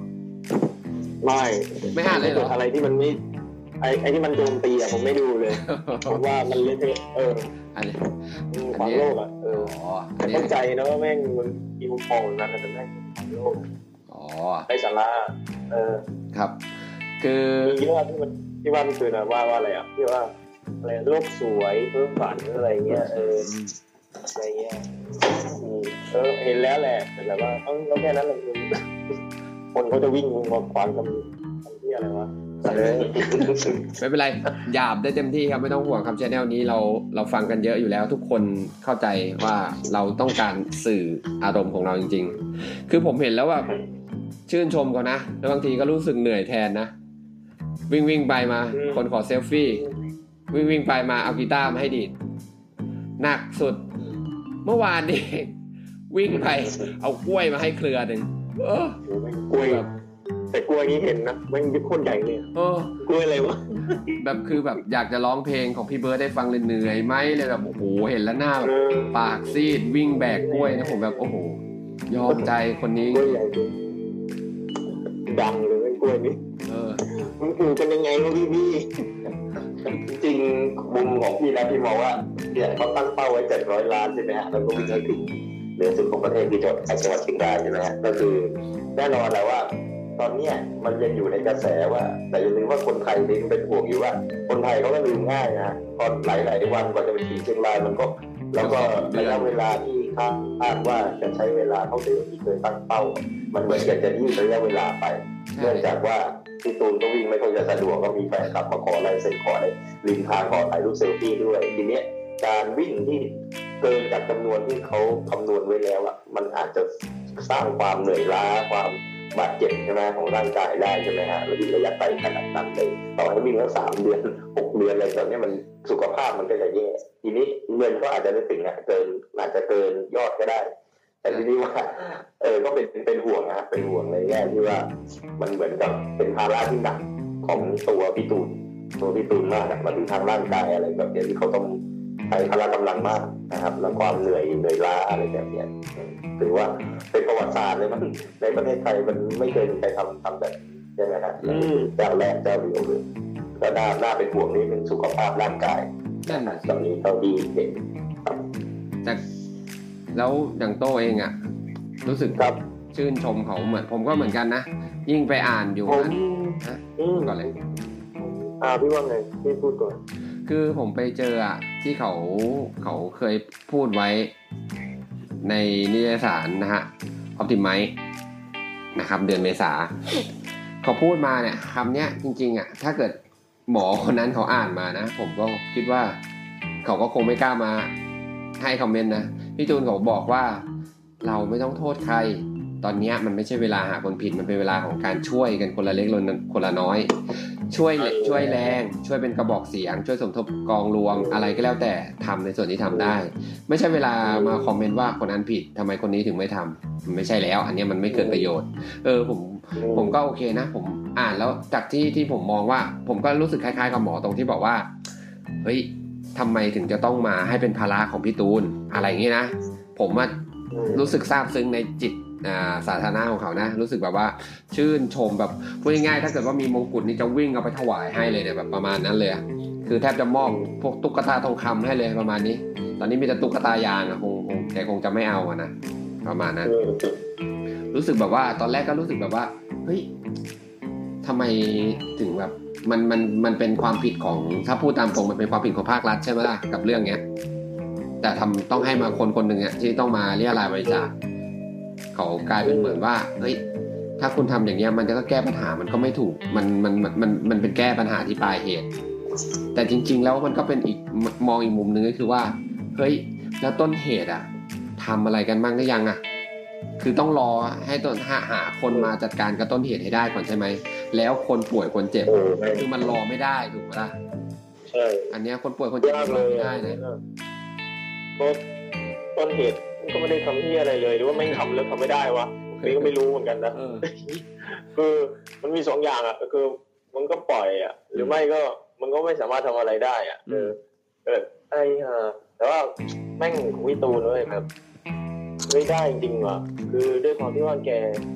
Speaker 2: ไม่
Speaker 1: อ่านเลยเหรอ
Speaker 2: อะไรที่มันไม่ไอ้ที่มันโจมตีผมไม่ดูเลยเพราะว่ามันเละเทะ
Speaker 1: อันนี้
Speaker 2: ฟังโลกเข้าใจนะว่าแม่งมันมีมุมมองนั้นแต่แม่งฟังโลกได้สาระ
Speaker 1: ครับคือ
Speaker 2: มีเรื่องที่ว่ามันคือนะว่าอะไรที่ว่าอะไรโลกสวยเพิ่มฝันอะไรเงี้ยอะไรเงี้ยเห็นแล้วแหละแต่แบบว่าต้องแค่นั้นแหละคนเขาจะวิ่งมาขวางทำที่อะไรวะ
Speaker 1: ไม่เป็นไรหยาบได้เต็มที่ครับไม่ต้องห่วงครับแชนแนลนี้เราฟังกันเยอะอยู่แล้วทุกคนเข้าใจว่าเราต้องการสื่ออารมณ์ของเราจริงๆคือผมเห็นแล้วว่าชื่นชมเขานะแล้วบางทีก็รู้สึกเหนื่อยแทนนะวิ่งไปมาคนขอเซลฟี่วิ่งไปมาเอากีตาร์มาให้ดีดหนักสุดเมื่อวานนี้วิ่งไปเอากล้วยมาให้เครือนึง
Speaker 2: กล้วยแต่กล้วยนี้เห็นนะมันเป็นคนใหญ่เลยกล้วยอะไรวะ
Speaker 1: แบบคือแบบอยากจะร้องเพลงของพี่เบิร์ดได้ฟังเลยเหนื่อยไหมเลยแบบโอ้โหเห็นแล้วหน้าแบบปากซีดวิ่งแบกกล้วยนะผมแบบโอ้โหยอมใจคนนี้
Speaker 2: กล้วยใหญ่ดังเลยกล้วยนี้มันปลูกกันยังไงวะพี่
Speaker 3: จริงมุมของพี่นะพี่มองว่าเนี่ยเขาตั้งเป้าไว้700 ล้านใช่ไหมฮะแล้วก็วิ่งถึงเหนือสุดของประเทศที่จังหวัดเชียงรายใช่ไหมฮะก็คือแน่นอนแล้วว่าตอนนี้มันยังอยู่ในกระแสว่าแต่อย่าลืมว่าคนไทยนี่เป็นห่วงอยู่ว่าคนไทยเขาก็ลืมง่ายนะตอนหลายวันกว่าจะไปถึงเชียงรายมันก็แล้วก็ระยะเวลาที่คาดว่าจะใช้เวลาเท่าเดิมที่เคยตั้งเป้ามันเหมือนกับจะยืดระยะเวลาไปเนื่องจากว่าพี่ตูนก็วิ่งไม่ค่อยจะสะดวกก็มีแฟนคลับมาขอลายเซ็นขออะไรริมทางขอถ่ายรูปเซลฟี่ด้วยทีนี้การวิ่งที่เกินจากจำนวนที่เขาคำนวณไว้แล้วอ่ะมันอาจจะสร้างความเหนื่อยล้าความบาดเจ็บใช่ไหมของร่างกายได้ใช่ไหมฮะแล้ววิ่งระยะไกลขนาดนั้นเลยต่อให้วิ่งแล้ว3 เดือน 6 เดือนอะไรตอนนี้มันสุขภาพมันก็จะแย่ทีนี้เงินก็อาจจะไม่ถึงอ่ะอาจจะเกินยอดก็ได้แต่ทีนี้ว่าก็เป็นห่วงนะเป็นห่วงในแง่ที่ว่ามันเหมือนกับเป็นภาระที่หนักของตัวพี่ตูนมากนะมาถึงทางร่างกายอะไรแบบนี้ที่เขาต้องใช้พละกำลังมากนะครับแล้วความเหนื่อยล้าอะไรแบบนี้ถือว่าเป็นประวัติศาสตร์เลยมันในประเทศไทยมันไม่เคยมีใครทำแบบใช่ไหมครับเจ้าแรกเจ้าเดียวเลยก็น่าเป็นห่วงนี่เป็นสุขภาพร่างกายตอนนี้เท่าที่เห็น
Speaker 1: แต่แล้วอย่างโต้เองอ่ะรู้สึก
Speaker 2: ครับ
Speaker 1: ชื่นชมเขาเหมือนผมก็เหมือนกันนะยิ่งไปอ่านอยู่นั้นก่อนเลย
Speaker 2: พี่ว่าไงพี่พูดก่อน
Speaker 1: คือผมไปเจออ่ะที่เขาเคยพูดไว้ในนิตยสารนะฮะออปติไมซ์นะครับเดือนเมษาเขาพูดมาเนี่ยคำเนี้ยจริงๆอ่ะถ้าเกิดหมอคนนั้นเขาอ่านมานะผมก็คิดว่าเขาก็คงไม่กล้ามาให้คอมเมนต์นะพี่ตูนเขาบอกว่าเราไม่ต้องโทษใครตอนนี้มันไม่ใช่เวลาหาคนผิดมันเป็นเวลาของการช่วยกันคนละเล็กคนละน้อยช่วยแรงช่วยเป็นกระบอกเสียงช่วยสมทบกองรวมอะไรก็แล้วแต่ทำในส่วนที่ทำได้ไม่ใช่เวลามาคอมเมนต์ว่าคนนั้นผิดทำไมคนนี้ถึงไม่ทำมันไม่ใช่แล้วอันนี้มันไม่เกิดประโยชน์ผมก็โอเคนะผมอ่านแล้วจากที่ผมมองว่าผมก็รู้สึกคล้ายๆกับหมอตรงที่บอกว่าเฮ้ยทำไมถึงจะต้องมาให้เป็นภาระของพี่ตูนอะไรอย่างนี้นะผมรู้สึกซาบซึ้งในจิตสาธารณะของเขานะรู้สึกแบบว่าชื่นชมแบบพูดง่ายๆถ้าเกิดว่ามีมงกุฎนี่จะวิ่งเอาไปถวายให้เลยเนี่ยแบบประมาณนั้นเลยคือแทบจะมอบพวกตุ๊กตาทองคำให้เลยประมาณนี้ตอนนี้มีแต่ตุ๊กตายางคงแกคงจะไม่เอานะประมาณนั้นรู้สึกแบบว่าตอนแรกก็รู้สึกแบบว่าเฮ้ยทำไมถึงแบบมันเป็นความผิดของถ้าพูดตามตรงมันเป็นความผิดของภาครัฐใช่ไหมล่ะกับเรื่องเนี้ยแต่ต้องให้มาคนหนึ่งอ่ะที่ต้องมาเรียรายบริจาคเขากลายเป็นเหมือนว่าเฮ้ยถ้าคุณทำอย่างเงี้ยมันจะก็แก้ปัญหามันก็ไม่ถูกมันเป็นแก้ปัญหาที่ปลายเหตุแต่จริงๆแล้วมันก็เป็นอีกมองอีกมุมนึงก็คือว่าเฮ้ยแล้วต้นเหตุอ่ะทำอะไรกันบ้างหรือยังอ่ะคือต้องรอให้ต้นหาคนมาจัดการกับต้นเหตุให้ได้ก่อนใช่ไหมแล้วคนป่วยคนเจ็บคือมันรอไม่ได้ถูกไหมล่ะ
Speaker 2: ใช่
Speaker 1: อันเนี้ยคนป่วยคนเจ็บรอไม่ได้นะ
Speaker 2: ต้นเหตุก็ไม่ได้ทำที่อะไรเลยหรือว่าไม่ทำแล้วทำไม่ได้วะนี่ก็ไม่รู้เหมือนกันนะคือมันมี2 อย่างอ่ะคือมันก็ปล่อยอ่ะหรือไม่ก็มันก็ไม่สามารถทำอะไรได้อ่ะไอ้แต่ว่าแม่งของพี่ตูนเลยแบบไม่ได้จริงว่ะคือด้วยความที่ว่าแก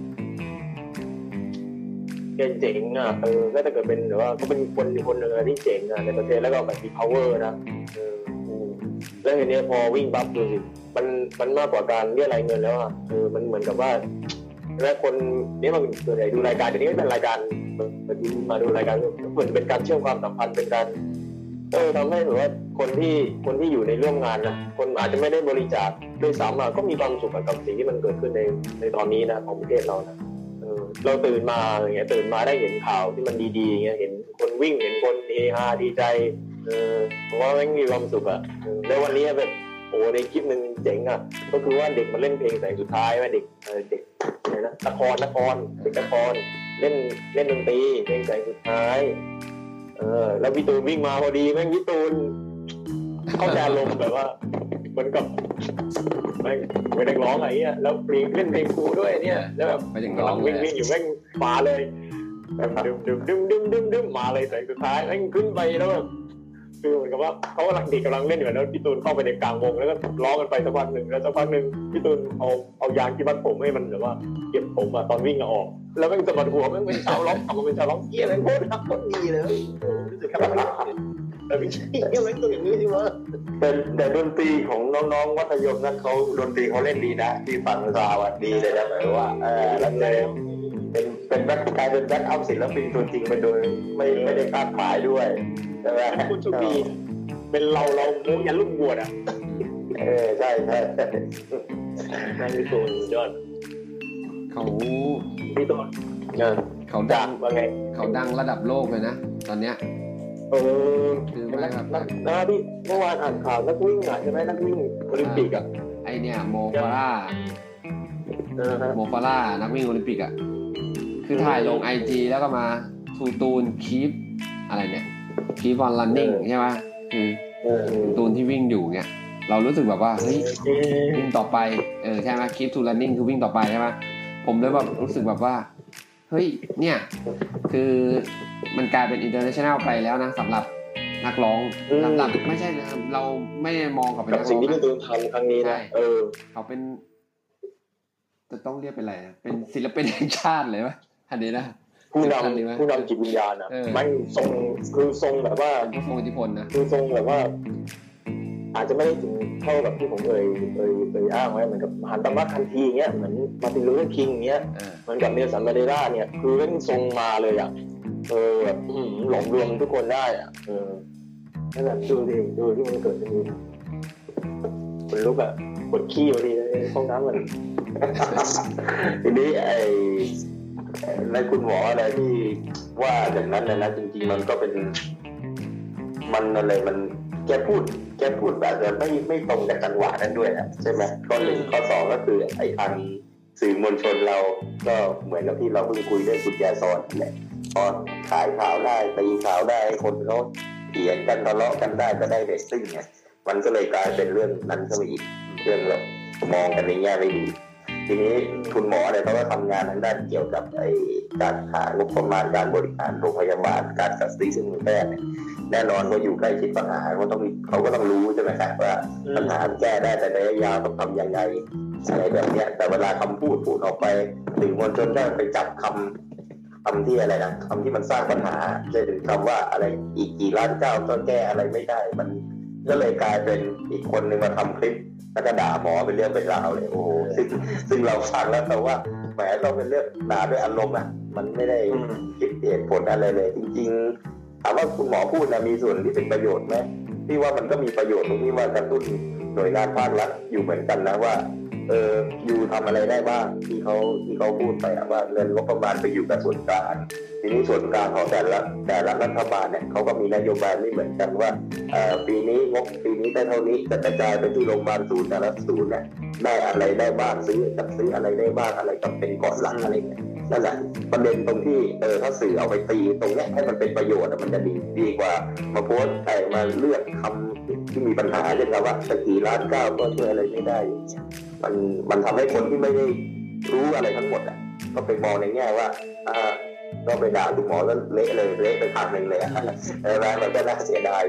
Speaker 2: เจ๋งอ่ะก็ถ้าเกิดเป็นหรือว่าเขาเป็นคนหนึ่งที่เจ๋งอ่ะในประเทศแล้วก็แบบมี power นะแล้วทีนี้พอวิ่งปั๊บดูสิมันมากกว่าการเรียกรายเงินแล้วอ่ะมันเหมือนกับว่าแล้วคนนี้มันส่วนใหญ่ดูรายการเดี๋ยวนี้เป็นรายการมาดูรายการเหมือนเป็นการเชื่อมความสัมพันธ์เป็นการทำให้ถือว่าคนที่อยู่ในร่วมงานนะคนอาจจะไม่ได้บริจาคด้วยซ้ำก็มีความสุขกับสิ่งที่มันเกิดขึ้นในตอนนี้นะของประเทศเรานะเราตื่นมาอย่างเงี้ยตื่นมาได้เห็นข่าวที่มันดีๆอย่างเงี้ยเห็นคนวิ่งเห็นคนเฮฮาดีใจผมว่ามันมีความสุขอ่ะแล้ววันนี้แบบโอ้ในคลิปนึงเจ๋งอ่ะก็คือว่าเด็กมันเล่นเพลงแสงสุดท้ายว่าเด็กอะไรนะนครเด็กนครเล่นดนตรีเพลงแสงสุดท้ายแล้วพี่ตูนวิ่งมาพอดีแม่งพี่ตูนเข้าใจลมแบบว่าเหมือนกับไม่ได้ร้องอะไรเงี้ยแล้วเล่นเพลงครูด้วยเนี่ยแล้วแบบกำลังวิ่งอยู่แม่งมาเลยแบบดึมมาเลยแต่สุดท้ายแม่งขึ้นไปแล้วแบบคือเหมือนกับว่าเขากำลังเล่นอยู่แล้วพี่ตูนเข้าไปในกลางวงแล้วก็ร้องกันไปสักพักหนึ่งแล้วสักพักหนึ่งพี่ตูนเอายางที่มัดผมให้มันแบบว่าเก็บผมตอนวิ่งออกแล้วแม่งสะบัดหัวแม่งเป็นชาวร้องเป็นชาวร้องเกี้ยเลยโคตรดีเลยรู้สึกแค่แบบแต่ไม่ใช่เกี้ยแม่งตัวอย่างนี้ดิวะ
Speaker 3: แต่ดนตรีของน้องๆมัธยมนั้นเขาดนตรีเขาเล่นดีนะที่ฟังซาวด์ดีเลยนะหมายว่าแล้วเลยเป็นแบ็คกลายเป็นแบ็คอัพศิลปินตัวจริงไปโดยไม่ได้คาดหมายด้วยใช่ไหม
Speaker 2: คุณโชคดีเป็นเราโม้ยันลูกบวช
Speaker 3: ใช่
Speaker 2: นั่นคือตัวยอดพี่ต้น
Speaker 1: เขาดังว่าไงเขาดังระดับโลกเลยนะตอนเนี้ย
Speaker 2: คือไม่แบบนะที่เมื่อวานอ่านข่าวนักวิ่งใช่ไหมนักวิ่งโอลิมปิก
Speaker 1: ไอเนี่ยโมฟาร่านักวิ่งโอลิมปิกคือถ่ายลง IG แล้วก็มาตูนคีฟอะไรเนี่ยคีฟวันรันนิ่งใช่ไหมคือตูนที่วิ่งอยู่เนี่ยเรารู้สึกแบบว่าเฮ้ยวิ่งต่อไปใช่ไหมคีฟทูรันนิ่งคือวิ่งต่อไปใช่ไหมผมเลยแบบรู้สึกแบบว่าเฮ้ยเนี่ยคือมันกลายเป็น international ไปแล้วนะสำหรับนักร้องสำหรับไม่ใช่เราไม่ได้มองเขาเป็นนักร้อง
Speaker 2: สิ่งที่พี่ตูนทำครั้งนี้นะ
Speaker 1: เขาเป็นจะต้องเรียกเป็นอะไรเป็นศิลปินแห่งชาติเลยไหมอันนี้นะ
Speaker 2: ผู้นำจิตวิญญาณมันทรงแบบว่า
Speaker 1: ทรงอิทธิพลนะ
Speaker 2: คือทรงแบบว่าอาจจะไม่ได้ถึงเท่ากับที่ผมอ้างไว้เหมือนกับหันตามะคันทีเงี้ยเหมือนมาร์ตินลูเทอร์คิงเงี้ยเหมือนกับเนลสันมาเดลาเนี่ยคือเล่นทรงมาเลยแบบหลงรวมทุกคนได้นั่นแหละดูที่มันเกิดขึ้นคนลุกปวดขี้พอดีเลยห้องน้ำมัน
Speaker 3: ทีนี้ในคุณหมออะไรที่ว่าอย่างนั้นนะจริงๆมันก็เป็นมันอะไรมันแกพูดแบบไม่ตรงกับจังหวะนั้นด้วยนะใช่ไหมข้อหนึ่งข้อสองก็คือไอ้ทางสื่อมวลชนเราก็เหมือนกับที่เราเพิ่งคุยเรื่องกุญแจซอนแหละพอขายข่าวได้ตีข่าวได้คนเขาเถียงกันทะเลาะกันได้ก็ได้เรตติ้งไงมันก็เลยกลายเป็นเรื่องนั้นเข้าไปอีกเรื่องแบบมองกันในแง่ไม่ดีทีนี้คุณหมอเนี่ยเขาก็ทำงานทางด้านเกี่ยวกับการหางบประมาณการบริหารโรงพยาบาลการจัดซื้อเครื่องมือแพทย์แน่นอนว่าอยู่ใกล้ชิดปัญหาเขาก็ต้องรู้ใช่ไหมครับว่าปัญหาแก้ได้แต่ระยะยาวต้องทำยังไงอะไรแบบนี้แต่เวลาคำพูดออกไปสื่อมวลชนได้ไปจับคำที่อะไรนะคำที่มันสร้างปัญหาจะถึงคำว่าอะไรอีกกี่ล้านเจ้าก็แก้อะไรไม่ได้มันก็เลยกลายเป็นอีกคนนึงมาทำคลิปแล้วก็ด่าหมอเป็นเรื่องเป็นราวเลยโอ้ซึ่งเราฟังแล้วแต่ว่าแหมเราเป็นเรื่องด่าด้วยอารมณ์มันไม่ได้คิดเหตุผลอะไรเลยจริงๆถามว่าคุณหมอพูดนะมีส่วนที่เป็นประโยชน์ไหมที่ว่ามันก็มีประโยชน์ตรงที่ว่ากระตุ้นหน่วยงานภาครัฐอยู่เหมือนกันนะว่าอยู่ทำอะไรได้บ้างที่เขาพูดไปว่าเงินงบประมาณไปอยู่กับส่วนกลางทีนี้ส่วนกลางของแต่ละรัฐบาลเนี่ยเขาก็มีนโยบายไม่เหมือนกันว่าปีนี้งบปีนี้ได้เท่านี้จะกระจายไปที่โรงพยาบาลศูนย์แต่ละศูนย์เนี่ยได้อะไรได้บ้างซื้ออะไรได้บ้างอะไรจำเป็นก่อนหลังอะไรเนี่ยนั่นแหละประเด็นตรงที่ถ้าสื่อเอาไปตีตรงนี้ให้มันเป็นประโยชน์มันจะดีกว่ามาโพสต์มาเลือกคำที่มีปัญหาเช่นว่าสักกี่ล้านเก้าก็ช่วยอะไรไม่ได้มันทำให้คนที่ไม่ได้รู้อะไรทั้งหมดก็ไปมองในแง่ว่าก็ไปด่าคุณหมอแล้วเละไปทางนึงเลยแล้วมันก็น่าเสียดายตรงนี้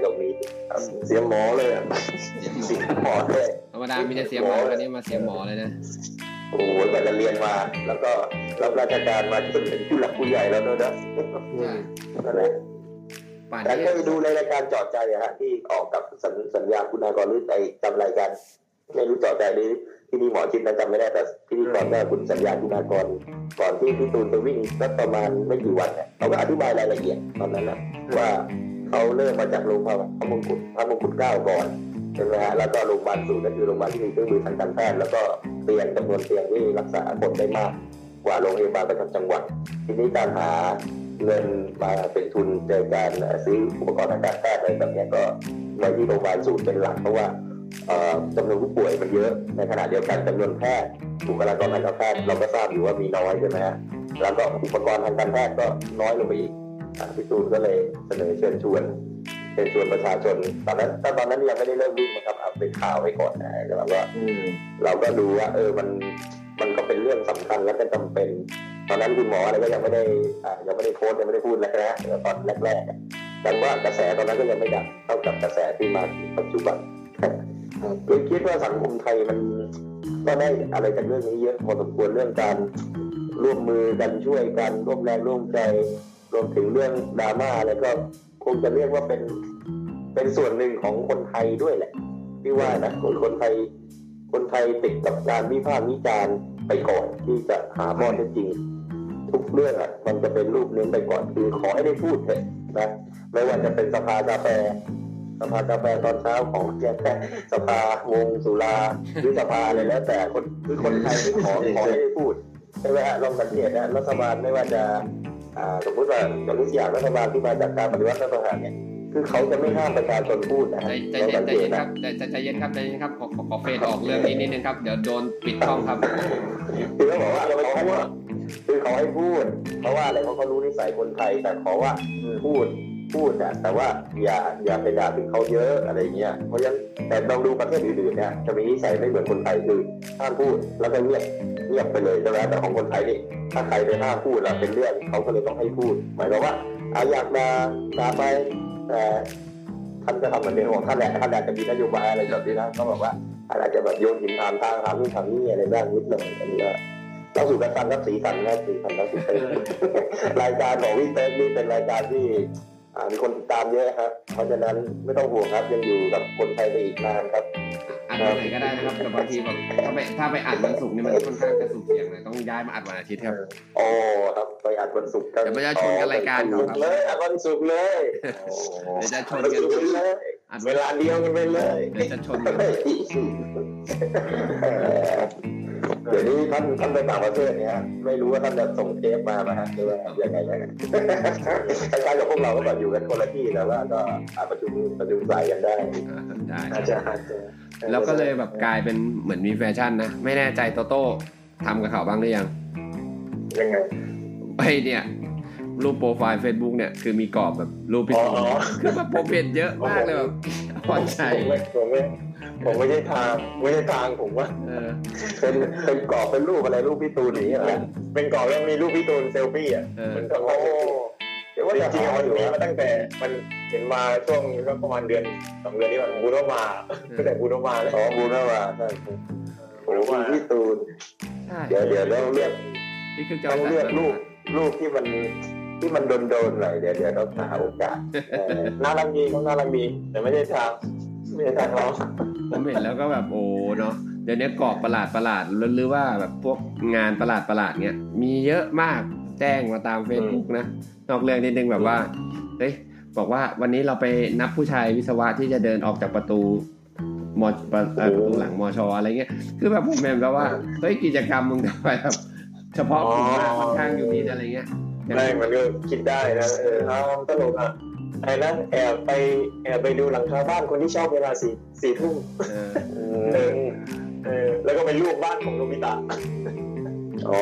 Speaker 2: เสียหมอเลยอ่ะ
Speaker 1: เสียหมอ
Speaker 2: เสียหมอเลย
Speaker 1: ธรรมดามีแต่เสียหมอวันนี้มาเสียหมอเลยนะ
Speaker 2: โอ้โหกว่าจะเรียนมาแล้วก็รับราชการมาจนเป็นผู้หลักผู้ใหญ่แล้วนะนั่นแหละแต่เคยดูในรายการเจาะใจอะฮะที่ออกกับสัญญาคุณากรหรือไอจำรายการไม่รู้เจาะใจหรือที่นี่หมอชิดนะจำไม่ได้แต่ที่นี่ก่อนหน้าคุณสัญญาคุณากรก่อนที่พี่ตูนจะวิ่งสักประมาณไม่กี่วันเนี่ยเขาก็อธิบายรายละเอียดตอนนั้นนะว่าเขาเริ่มมาจากโรงพยาบาลพระมงกุฎเกล้าก่อนใช่ไหมฮะแล้วก็โรงพยาบาลศูนย์ก็คือโรงพยาบาลที่มีเครื่องมือทางการแพทย์แล้วก็เตียงจำนวนเตียงที่รักษาคนได้มากกว่าโรงพยาบาลประจำจังหวัดทีนี้การหาเงินมาเป็นทุนในการซื้ออุปกรณ์ทางการแพทย์อะไรแบบนี้ก็ไว้ที่โรงพยาบาลศูนย์เป็นหลักเพราะว่าจำนวนผู้ป่วยมันเยอะในขณะเดียวกันจำนวนแพทย์บุคลากรทางการแพทย์เราก็ทราบอยู่ว่ามีน้อยใช่ไหมฮะแล้วก็อุปกรณ์ทางการแพทย์ก็น้อยลงไปอีกพี่ตูนก็เลยเสนอเชิญชวนประชาชนตอนนั้นยังไม่ได้เริ่มวิ่งนะครับเอาเป็นข่าวไว้ก่อนนะแล้วก็เราก็ดูว่ามันก็เป็นเรื่องสำคัญและก็จำเป็นตอนนั้นคุณหมออะไรก็ยังไม่ได้โพสต์ยังไม่ได้พูดแล้วนะตอนแรกๆแต่ว่ากระแสตอนนั้นก็ยังไม่ดังเท่ากับกระแสที่มาปัจจุบันคิดว่าสังคมไทยมันก็ได้อะไรจากเรื่องนี้เยอะพอสมควรเรื่องการร่วมมือกันช่วยกันร่วมแรงร่วมใจรวมถึงเรื่องดราม่าแล้วก็คงจะเรียกว่าเป็นส่วนหนึ่งของคนไทยด้วยแหละที่ว่านะคนไทยติดกับการวิพากษ์วิจารณ์ไปก่อนที่จะหาข้อเท็จจริงทุกเรื่องอ่ะมันจะเป็นรูปเน้นไปก่อนคือขอให้ได้พูดเถอะนะไม่ว่าจะเป็นสภากาแฟตอนเช้าของสภาวงสุราหรือสภาอะไรแล้วแต่คนไทยที่ขอให้ได้พูดใช่ไหมฮะลองสังเกตนะรัฐบาลไม่ว่าจะสมมติว่าอย่างนี้อย่างรัฐบาลที่มาจากการปฏิวัติรัฐประหารเนี่ยคือเขาจะไม่ห้ามประชาชนพูดนะ
Speaker 1: ใจเย็นครับขอเฟดออกเรื่องนี้นิดนึงครับเดี๋ยวโดนปิดช่องครับ
Speaker 2: คือเขาบอกว่าเขาให้พูดเพราะว่าอะไรเพราะเขารู้นิสัยคนไทยแต่ขอว่าพูดนะแต่ว่าอย่าไปด่าถึงเขาเยอะอะไรเงี้ยเพราะฉะนั้นแต่ลองดูประเทศอื่นๆเนี่ยจะมีนิสัยไม่เหมือนคนไทยคือห้ามพูดแล้วก็เงียบไปเลยใช่ไหมแต่ของคนไทยนี่ถ้าใครไปห้ามพูดแล้วเป็นเรื่องเขาก็เลยต้องให้พูดหมายความว่าอยากด่าไปแต่ท่านจะทำเหมือนเดิมของท่านแหละท่านอาจจะมีนโยบายอะไรแบบนี้นะก็แบบว่าอาจจะแบบโยนหินถามทางทำนู่นทำนี่อะไรบ้างนิดหน่อยอันนี้เราสู่กันฟังกับสีสันแล้วสุดรายการของวิเตอร์นี่เป็นรายการที่มีคนติดตามเยอะครับเพราะฉะนั้นไม่ต้องห่วงครับยังอยู่กับคนไทยไปอีกนานครับ
Speaker 1: อัดวันไหนก็ได้นะครับแต่บางทีแบบถ้าไปอัดวันศุกร์นี่มันค่อนข้างจะสุ่มเสี่ยงเลยต้องย้ายมาอัดวันอาทิตย์ครับ
Speaker 2: โอ้ครับไปอัดวันศุกร์กัน
Speaker 1: เดี๋ยวจะชนกันรายการเขาครับ
Speaker 2: เลยอัดวันศุกร์เลย
Speaker 1: เดี๋ยวจะชนกัน
Speaker 2: เลยเวลาเดียวกันไปเลย
Speaker 1: เดี๋ยวจะชนกัน
Speaker 2: เดี๋ยวนี้ท่านไปต่างประเทศเนี่ยไม่รู้ว่าท่านจะส่งเทปมาไหมฮะหรือว่ายังไงคล้ายๆกับพวกเราก็แบบอยู่กันคนละที่แต่ว่าก็ประชุมสายกันได้อาจจะ
Speaker 1: แล้วก็เลยแบบกลายเป็นเหมือนมีแฟชั่นนะไม่แน่ใจโตโต้ทำกับเขาบ้างหรือยังไอเนี่ยรูปโปรไฟล์ Facebook เนี่ยคือมีกรอบแบบรูปพี่ตูนคือแบบผมเห็นเยอะมากเลยแบบพอใจ
Speaker 2: ผมไม่ใช่ทางผมว่าเป็นกรอบเป็นรูปอะไรรูปพี่ตูนนี่อะไรเป็นกรอบแล้วมีรูปพี่ตูนเซลฟี่อ่ะมันก็เดี๋ยวว่าจริงๆมันมีมาตั้งแต่มันเห็นมาช่วงประมาณเดือน2 เดือนนี้มันบูโนมาตั้งแต่บูโนมาแล้วบูโนมาใช่โอ้โหพี่ตูนเดี๋ยวเราเลือกรูปที่มันโดนหน่อยเดี๋ยวเราหาโอกาสน่ารักดีเขาน่ารักดีแต่ไม่ใช่ทางเรา
Speaker 1: ผมเห็นแล้วก็แบบโอ้เนาะเดี๋ยวนี้กรอบประหลาดหรือว่าแบบพวกงานประหลาดเงี้ยมีเยอะมากแจ้งมาตาม Facebook นะนอกเรื่องนิดนึงแบบว่าเฮ้ยบอกว่าวันนี้เราไปนับผู้ชายวิศวะที่จะเดินออกจากประตูหลังมชอะไรเงี้ยคือแบบผมแบบว่าเฮ้ยกิจกรรมมึงทำไมแบบเฉพาะกลุ่มมากค่อนข้างอยู่นิดอะไรเงี้ย
Speaker 2: ได้มันก็คิดได้นะตลกอ่ะไอ้นั้นแอบไปดูหลังคาบ้านคนที่ชอบเวลา4 ทุ่มแล้วก็ไปรูปบ้านของโนบิตะอ๋อ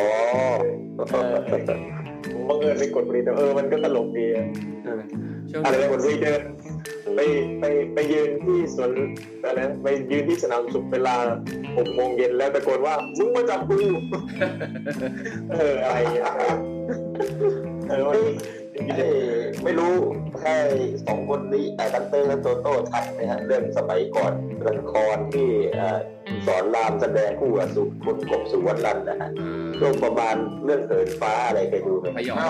Speaker 2: บังเอิญไปกดรีเทิร์นมันก็ตลกดีอะไรกดรีเทิร์นไปยืนที่สวนอะไรไปยืนที่สนามสุขเวลา 6 โมงเย็นแล้วตะโกนว่ามึงมาจับกูอะไร
Speaker 3: ไม่รู้ให้สองคนนี้ดันเตอร์และโตโต้ทันไหมฮะเรื่องสมัยก่อนละครที่สอนรามแสดงคู่กับคุณกบสุวรรณรัตน์นะฮะช่วงประมาณเรื่องเหินฟ้าอะไรเคยดูไหม
Speaker 1: พยอง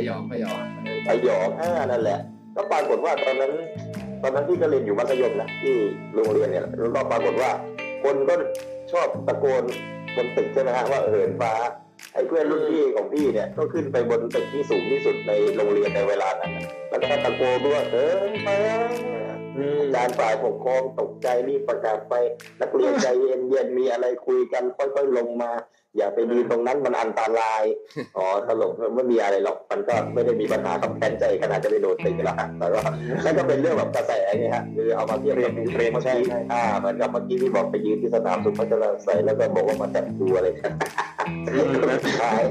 Speaker 3: นั่นแหละก็ปรากฏว่าตอนนั้นพี่ก็เรียนอยู่มัธยมนะที่โรงเรียนเนี่ยแล้วก็ปรากฏว่าคนก็ชอบตะโกนบนตึกใช่ไหมฮะว่าเหินฟ้าไอ้เพื่อนรุ่นพี่ของพี่เนี่ยก็ขึ้นไปบนตึกที่สูงที่สุดในโรงเรียนในเวลานั้นแล้วก็ตะโกนด้วยเหินฟ้าอาจารย์ฝ่ายปกครองตกใจรีบประกาศไปนักเรียนใจเย็นๆมีอะไรคุยกันค่อยๆลงมาอย่าไปยืนตรงนั้นมันอันตรายตลกไม่มีอะไรหรอกมันก็ไม่ได้มีปัญหากับแฟนใจขนาดจะไปโดนตีแล้วแต่ว่านั่นก็เป็นเรื่องแบบกระแสไงฮะคือเอามาเทียบกับเทรนด์ใช่เหมือนกับเมื่อกี้ที่บอกไปยืนที่สนามสุพัชราไสยแล้วก็บอกว่ามาแต่งตัวอะไรขาย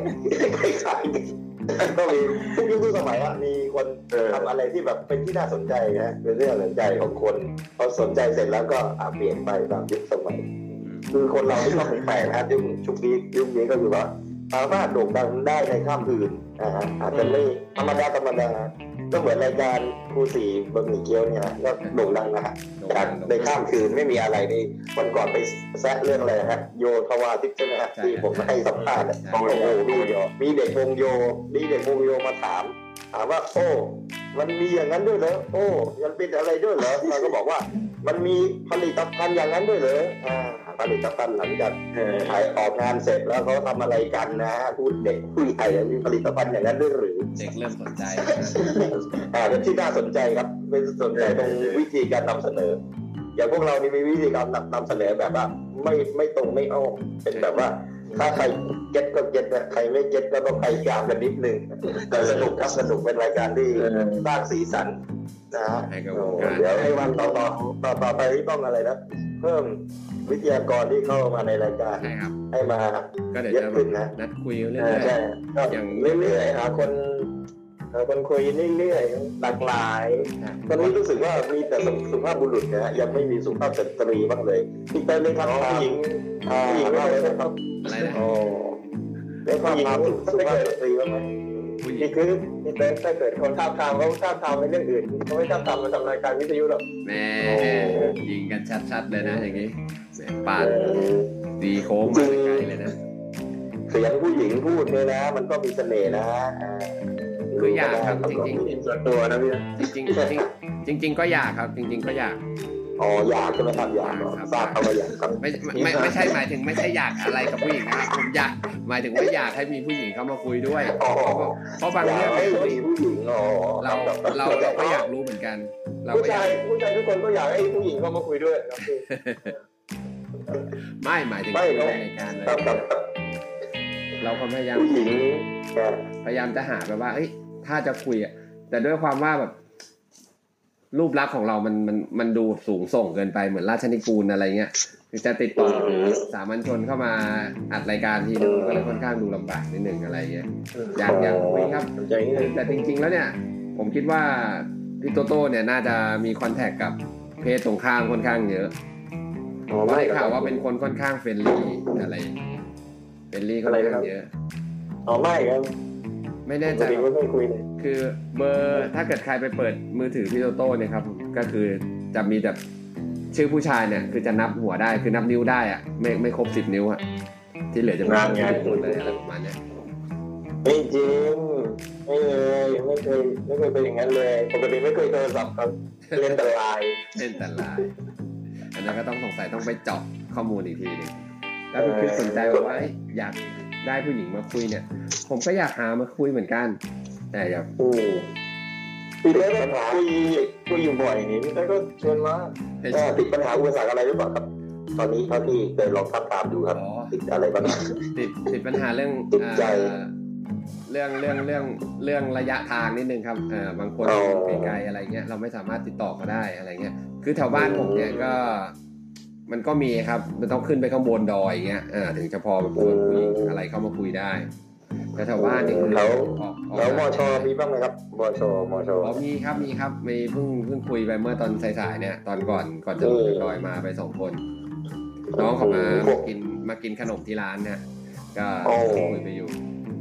Speaker 3: ก็มีทุกยุคทุกสมัยมีคนทำอะไรที่แบบเป็นที่น่าสนใจนะเป็นเรื่องสนใจของคนพอสนใจเสร็จแล้วก็เปลี่ยนไปตามยุคสมัยคือคนเราที่ชอบแปลกนะยุคนี้ก็คือว่าสามารถโด่งดังได้ในข้ามคืนอาจจะไม่ธรรมดาก็เหมือนรายการครูสี่บะหมี่เกี๊ยวเนี่ยก็โด่งดังนะฮะในข้ามคืนไม่มีอะไรนี่วันก่อนไปแซะเรื่องอะไรฮะโยธวาทิพย์ใช่ไหมฮะที่ผมให้สัมภาษณ์โอ้โหมีเด็กวงโยมาถามว่าโอ้มันมีอย่างนั้นด้วยเหรอโอ้มันเป็นอะไรด้วยเหรอเราก็บอกว่ามันมีผลิตภัณฑ์อย่างนั้นด้วยเหรอผลิตภัณฑ์หลังจากถ่ายออกงานเสร็จแล้วเขาทำอะไรกันนะพูดเด็กผู้ใหญ่มีผลิตภัณฑ์อย่างนั้นด้วยหรือ
Speaker 1: เด็กเริ่มสนใจ
Speaker 3: เป็นที่น่าสนใจครับเป็นสนใจตรงวิธีการนำเสนออย่างพวกเรานี่มีวิธีการนำเสนอแบบว่าไม่ตรงไม่อ้อมเป็นแบบว่าถ้าใครเก็ตก็เก็ตนะใครไม่เก็ตก็ต้องพยายามกันนิดนึงแต่สนุกครับสนุกเป็นรายการที่สร้างสีสันนะฮะเดี๋ยวให้วันต่อไปที่ต้องอะไรนะเพิ่มวิทยากรที่เข้ามาในรายการให้มา
Speaker 1: เยอะขึ้นนะนัดคุยเรื่อย
Speaker 3: ๆอย่างเรื่อยๆหาคนคุยเรื่อยๆหลากหลายตอนนี้รู้สึกว่ามีแต่สุภาพบุรุษนะฮะยังไม่มีสุภาพสตรีบ้างเลยพี่เต้ได้ทำผู้หญิงบ้างเลยครับ
Speaker 1: อะไรนะ
Speaker 3: ได้ความสุภาพสตรีบ้างไหมนี่คือพี่เต้ถ้าเกิดคนท้าทามเขาท้าทามในเรื่องอื่นเขาไม่ท้าทามมาทำรายการวิทยุหรอก
Speaker 1: แม่ยิงกันชัดๆเลยนะอย่างนี้ปาดดีโค้งมาไกลเลยนะ
Speaker 3: เสียงผู้หญิงพูดเนี่ยนะมันก็มีเสน่ห์นะ
Speaker 1: คืออยากครับจริง
Speaker 3: ๆตัวนะพี่
Speaker 1: จริงก็อยากครับจริงๆก็อยาก
Speaker 3: อยากจะมาทำอยากทราบเขาว่าอยากครับ
Speaker 1: ไม่ใช่หมายถึงไม่ใช่อยากอะไรกับผู้หญิงนะผมอยากหมายถึงว่าอยากให้มีผู้หญิงเข้ามาคุยด้วยเพราะบางเรื่อง
Speaker 3: มีผู้หญิง
Speaker 1: เราก็อยากรู้เหมือนกัน
Speaker 3: ผู้ชายทุกคนก็อยากให้ผู้หญิงเข้ามาคุยด้วย
Speaker 1: ไม่หมายถึงในการเลยเราพยายามจะหาแบบว่าถ้าจะคุยอ่ะแต่ด้วยความว่าแบบรูปลักษณ์ของเรามันดูสูงส่งเกินไปเหมือนราชนิกูลอะไรเงี้ยจะติดต่อสามัญชนเข้ามาอัดรายการทีนึงก็เลยค่อนข้างดูลำบากนิดนึงอะไรเงี้ยอย่างคุยครับแต่จริงๆแล้วเนี่ยผมคิดว่าพี่โตโต้เนี่ยน่าจะมีคอนแทคกับเพศตรงข้ามค่อนข้างเยอะได้ข่าวว่าเป็นคนค่อนข้างเฟรนลี่อะไรเฟรนลี่ค่อนข้างเยอะ
Speaker 3: ไม่ครับ
Speaker 1: ไม่แน่ใจคือเบอร์ถ้าเกิดใครไปเปิดมือถือพี่โตโต้เนี่ยครับก็คือจะมีแบบชื่อผู้ชายเนี่ยคือจะนับหัวได้คือนับนิ้วได้อะไม่ครบ10นิ้วอะที่เหลือจะเป็นหมดเลยอะไรประมาณนี้
Speaker 3: ไม่จริงไม่เคยเป็นอย่างนั้นเลยปกติไม่เคยโทรศัพท์ครับเล่นแต่ไลน์
Speaker 1: อันนั้นก็ต้องสงสัยต้องไปเจาะข้อมูลอีกทีนึงแล้วคือสนใจว่าอยากได้ผู้หญิงมาคุยเนี่ยผมก็อยากหามาคุยเหมือนกันแต่อย่า
Speaker 3: พี่ได้ปัญหาคุยอยู่บ่อยนี่พี่ได้ก็ชวนมาติดปัญหาอุปสรรคอะไรหรือเปล่าครับตอนนี้เท่าที่เคยลองทับตามดูครับติดอะไรบ้าง
Speaker 1: ติดปัญหาเรื่อง
Speaker 3: ติดใจ
Speaker 1: เรื่องระยะทางนิดนึงครับบางคนไกลๆอะไรเงี้ยเราไม่สามารถติดต่อเขาได้อะไรเงี้ยคือแถวบ้านผมเนี่ยก็มันก็มีครับมันต้องขึ้นไปข้างบนดอยอย่างเงี้ยถึงจะพอแบบคุยอะไรเข้ามาคุยได้แต่แถวบ้านนี่คือ
Speaker 3: แล้วมชมีบ้างไหมครับมช
Speaker 1: มีครับมีเพิ่งคุยไปเมื่อตอนสายๆเนี่ยตอนก่อนจะลงดอยมาไป2คนน้องเขามากินขนมที่ร้านเนี่ยก็คุยไปอยู่เขาไป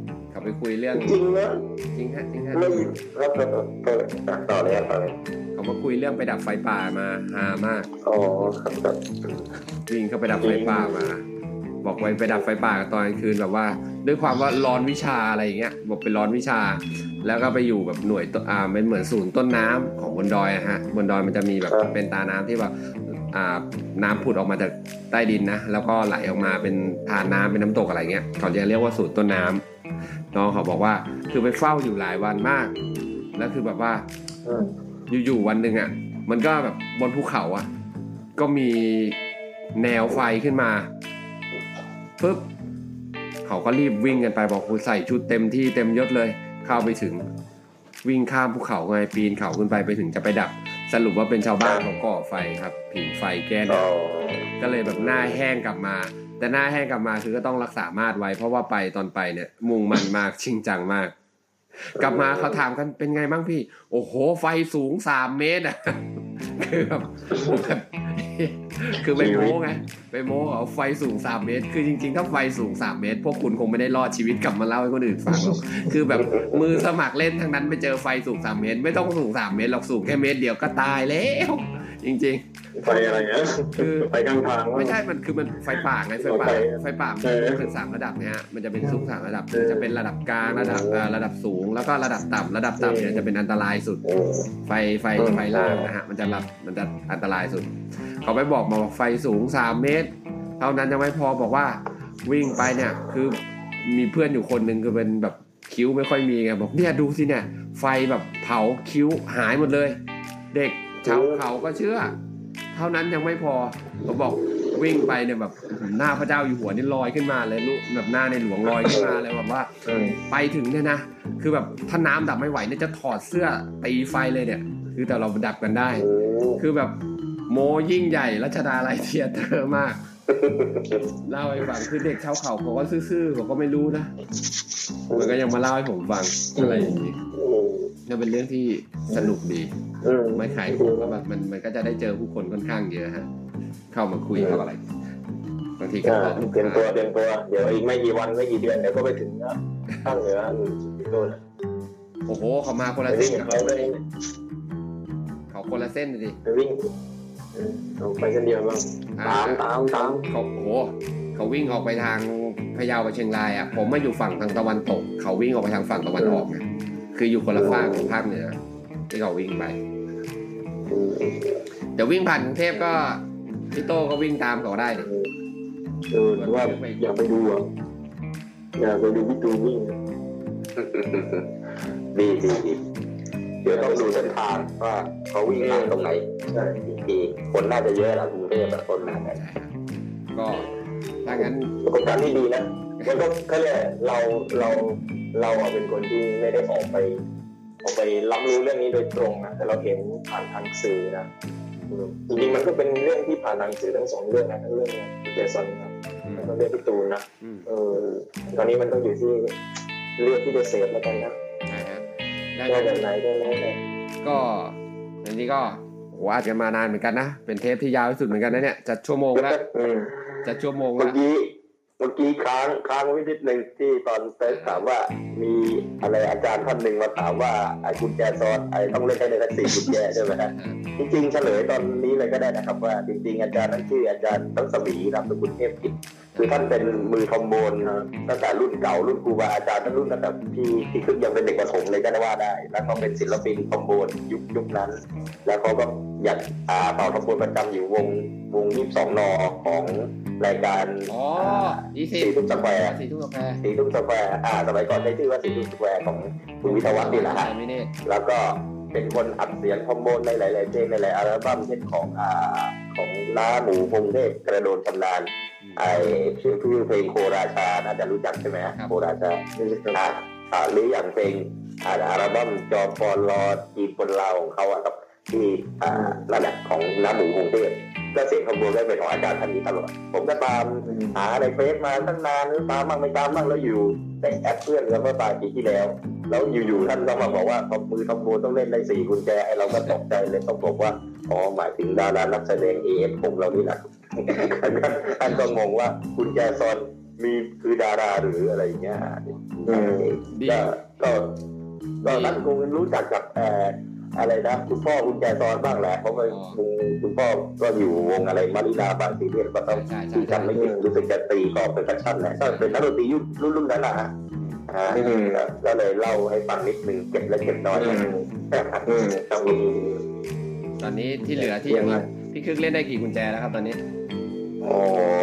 Speaker 1: ไปคุยเรื่อง
Speaker 2: จริงนะ
Speaker 1: จริงฮะ
Speaker 2: แล้วต่อเลย
Speaker 1: เขามาคุยเรื่องไปดับไฟป่ามาฮามาก
Speaker 2: อ๋อครับ
Speaker 1: วิ่งเข้าไปดับไฟป่ามาบอกไปดับไฟป่าตอนกลางคืนแบบว่าด้วยความว่าร้อนวิชาอะไรอย่างเงี้ยบอกไปร้อนวิชาแล้วก็ไปอยู่แบบหน่วยเป็นเหมือนศูนย์ต้นน้ำของบนดอยฮะบนดอยมันจะมีแบบเป็นตาน้ำที่แบบน้ำผุดออกมาจากใต้ดินนะแล้วก็ไหลออกมาเป็นทานน้ำเป็นน้ำตกอะไรเงี้ยเขาจะเรียกว่าศูนย์ต้นน้ำน้องเขาบอกว่าคือไปเฝ้าอยู่หลายวันมากแล้วคือแบบว่าอยู่วันหนึ่งอ่ะมันก็แบบบนภูเขาอ่ะก็มีแนวไฟขึ้นมาปึ๊บเขาก็รีบวิ่งกันไปบอกคุณใส่ชุดเต็มที่เต็มยศเลยเข้าไปถึงวิ่งข้ามภูเขาไงปีนเขาขึ้นไปถึงจะไปดับสรุปว่าเป็นชาวบ้านเขาก่อไฟครับผิงไฟแก้หนาวก็เลยแบบหน้าแห้งกลับมาแต่หน้าแห้งกลับมาคือก็ต้องรักษามาตรไว้เพราะว่าไปตอนไปเนี่ยมุ่งมันมากชิงจังมากกลับมาเขาถามกันเป็นไงบ้างพี่โอ้โหไฟสูง3 เมตรอ่ะคือแบบคือไปโม้ไงไปโม้เอาไฟสูง3 เมตรคือจริงๆถ้าไฟสูง3 เมตรพวกคุณคงไม่ได้รอดชีวิตกลับมาเล่าให้คนอื่นฟังหรอกคือแบบมือสมัครเล่นทั้งนั้นไปเจอไฟสูง3 เมตรไม่ต้องสูง3 เมตรหรอกสูงแค่เมตรเดียวก็ตายแล้วจริงๆ
Speaker 2: ไฟอะไรเงี้ยคือไฟกลางทาง
Speaker 1: ไม่ใช่มันคือมันไฟป่าไงไฟป่ามันเป็น3 ระดับนะฮะมันจะเป็นสูง3 ระดับจะเป็นระดับกลางระดับสูงแล้วก็ระดับต่ำเนี่ยจะเป็นอันตรายสุดไฟล่างนะฮะมันจะอันตรายสุดเขาไปบอกมาว่าไฟสูง3 เมตรเท่านั้นยังไม่พอบอกว่าวิ่งไปเนี่ยคือมีเพื่อนอยู่คนนึงคือเป็นแบบคิ้วไม่ค่อยมีไงบอกเนี่ยดูสิเนี่ยไฟแบบเผาคิ้วหายหมดเลยเด็กชาวเขาก็เชื่อเท่านั้นยังไม่พอเขาบอกวิ่งไปเนี่ยแบบหน้าพระเจ้าอยู่หัวนี่ลอยขึ้นมาเลยลูกแบบหน้าในหลวงลอยขึ้นมาเลยแบบว่าไปถึงเนี่ยนะคือแบบถ้าน้ำดับไม่ไหวเนี่ยจะถอดเสื้อตีไฟเลยเนี่ยคือแต่เราดับกันได้คือแบบโมยิ่งใหญ่รัชดาลัยเธียเตอร์มากเล่าให้ฟังคือเด็กชาวเขาเขาก็ซื่อๆเขาก็ไม่รู้นะมันก็ยังมาเล่าให้ผมฟังอะไรอย่างนี้นี่เป็นเรื่องที่สนุกดีไม่ขายของก็แบบมันก็จะได้เจอผู้คนค่อนข้างเยอะฮะเข้ามาคุยกับอะไรบางทีก็
Speaker 2: เตรียมตัวเดี๋ยวอีกไม่กี่วันไม่กี่เดือนเดี๋ยวก็ไปถึงนะตั้งเหนือโน่น
Speaker 1: โอ้โหเขามาคนละเส้นกับเขาคนละเส้นดิ
Speaker 2: วิ่งไปเส้นเดียวบ้างตาม
Speaker 1: เขาโอ้โหเขาวิ่งออกไปทางพะเยาไปเชียงรายอ่ะผมมาอยู่ฝั่งทางตะวันตกเขาวิ่งออกไปทางฝั่งตะวันออกไงคืออยู่คนละฝั่งของภาคเหนือที่เขาวิ่งไปเดี๋ยววิ่งผ่านกรุงเทพก็พี่โต้ก็วิ่งตามเขาได้
Speaker 2: ว่าอยากไปดูอยากไปดูพี่ตูวิ่งดีเดี๋ยวต้องดูเส้นทางว่าเขาวิ่งทางตรงไหนใช่ดีคนน่าจะเยอะแล้วกรุงเทพแบบคนน่าจะ
Speaker 1: ก็ถ้างั้น
Speaker 2: ประสบการณ์ที่ดีนะมันก็แค่เราเป็นคนที่ไม่ได้ออกไปรับรู้เรื่องนี้โดยตรงนะแต่เราเห็นผ่านทางสื่อนะจริงๆมันก็เป็นเรื่องที่ผ่านทางสื่อทั้ง2 เรื่องนะทั้งเรื่องเจสันนะแล้วก็เรื่องพี่ตูนนะตอนนี้มันต้องอยู่ที่เรื่องที่จะเสพแล้วกันนะได้แบบไหนก็แล้วแต่
Speaker 1: ก็อันนี้ก็อาจจะมานานเหมือนกันนะเป็นเทปที่ยาวที่สุดเหมือนกันนะเนี่ยจะชั่วโมงแล้วจะชั่วโมงแล้ว
Speaker 2: เมื่อกี้ค้างไว้นิดนึงที่ตอนเต้ถามว่ามีอะไรอาจารย์ท่านหนึ่งมาถามว่ากุญแจซ้อนต้องเล่นให้ในทักษิณกุญแจใช่ไหมฮะจริงๆเฉลยตอนนี้เลยก็ได้นะครับว่าจริงๆอาจารย์นั้นชื่ออาจารย์ตั้งสมีนามสกุลเทพกิจคือท่านเป็นมือทอมโบนตั้งแต่รุ่นเก่ารุ่นครูบาอาจารย์ตั้งรุ่นตั้งแต่ที่ขึ้นยังเป็นเด็กประถมเลยก็ได้ว่าได้แล้วเขาเป็นศิลปินทอมโบนยุคนั้นแล้วเขาก็อยากเป่าทอมโบนประจำอยู่วง22 น.ของรายการ4 ทุ่มสแควร์สมัยก่อนใช้ชื่อว่า4 ทุ่มสแควร์ของคุณวิทยาวัฒน์นี่แหละฮะแล้วก็เป็นคนอัดเสียงทอมโบนในหลายๆเพลงในหลายอัลบั้มเช่นของน้าหมูพงเทพกระโดดชำนาญชื่อเพลงโคราชาน่าจะรู้จักใช่ไหมโคราชาหรืออย่างเพลงอัลบั้มจอปอนรอจีบคนลาวของเขากับที่ระดับของน้าหมูพงเทพก็เสียงทอมโบนได้เป็นของอาจารย์ท่านนี้ตลอดผมก็ตามหาในเฟซมาตั้งนานตามบ้างไม่ตามบ้างแล้วอยู่แต่แอปเพื่อนแล้วก็ตามปีที่แล้วอยู่ท่านก็มาบอกว่ามือทอมโบนต้องเล่นได้4 กุญแจไอ้เราก็ตกใจเลยต้องบอกว่าหมายถึงดารานักแสดง AF6 เรานี่แหละท่านก็งงว่ากุญแจซ้อนมีคือดาราหรืออะไรอย่างเงี้ยก็ท่านคงรู้จักกับอะไรนะคุณพ่อคุณแจซอนบ้างแหละเพราะว่าคุณพ่อก็อยู่วงอะไรมาริลาบางสีเรียนก็ต้องที่จำไม่ผิดรู้สึกจะตีกองเป็นกัชชั่นแหละก็เป็นนักดนตรีรุ่นนั้นนะฮะก็เลยเล่าให้ฟังนิดนึงเก็บและเก็บน้อย
Speaker 1: ตอนนี้ที่เหลือที่ยังพี่คึกเล่นได้กี่กุญแจแล้วครับตอนนี้
Speaker 2: โอ้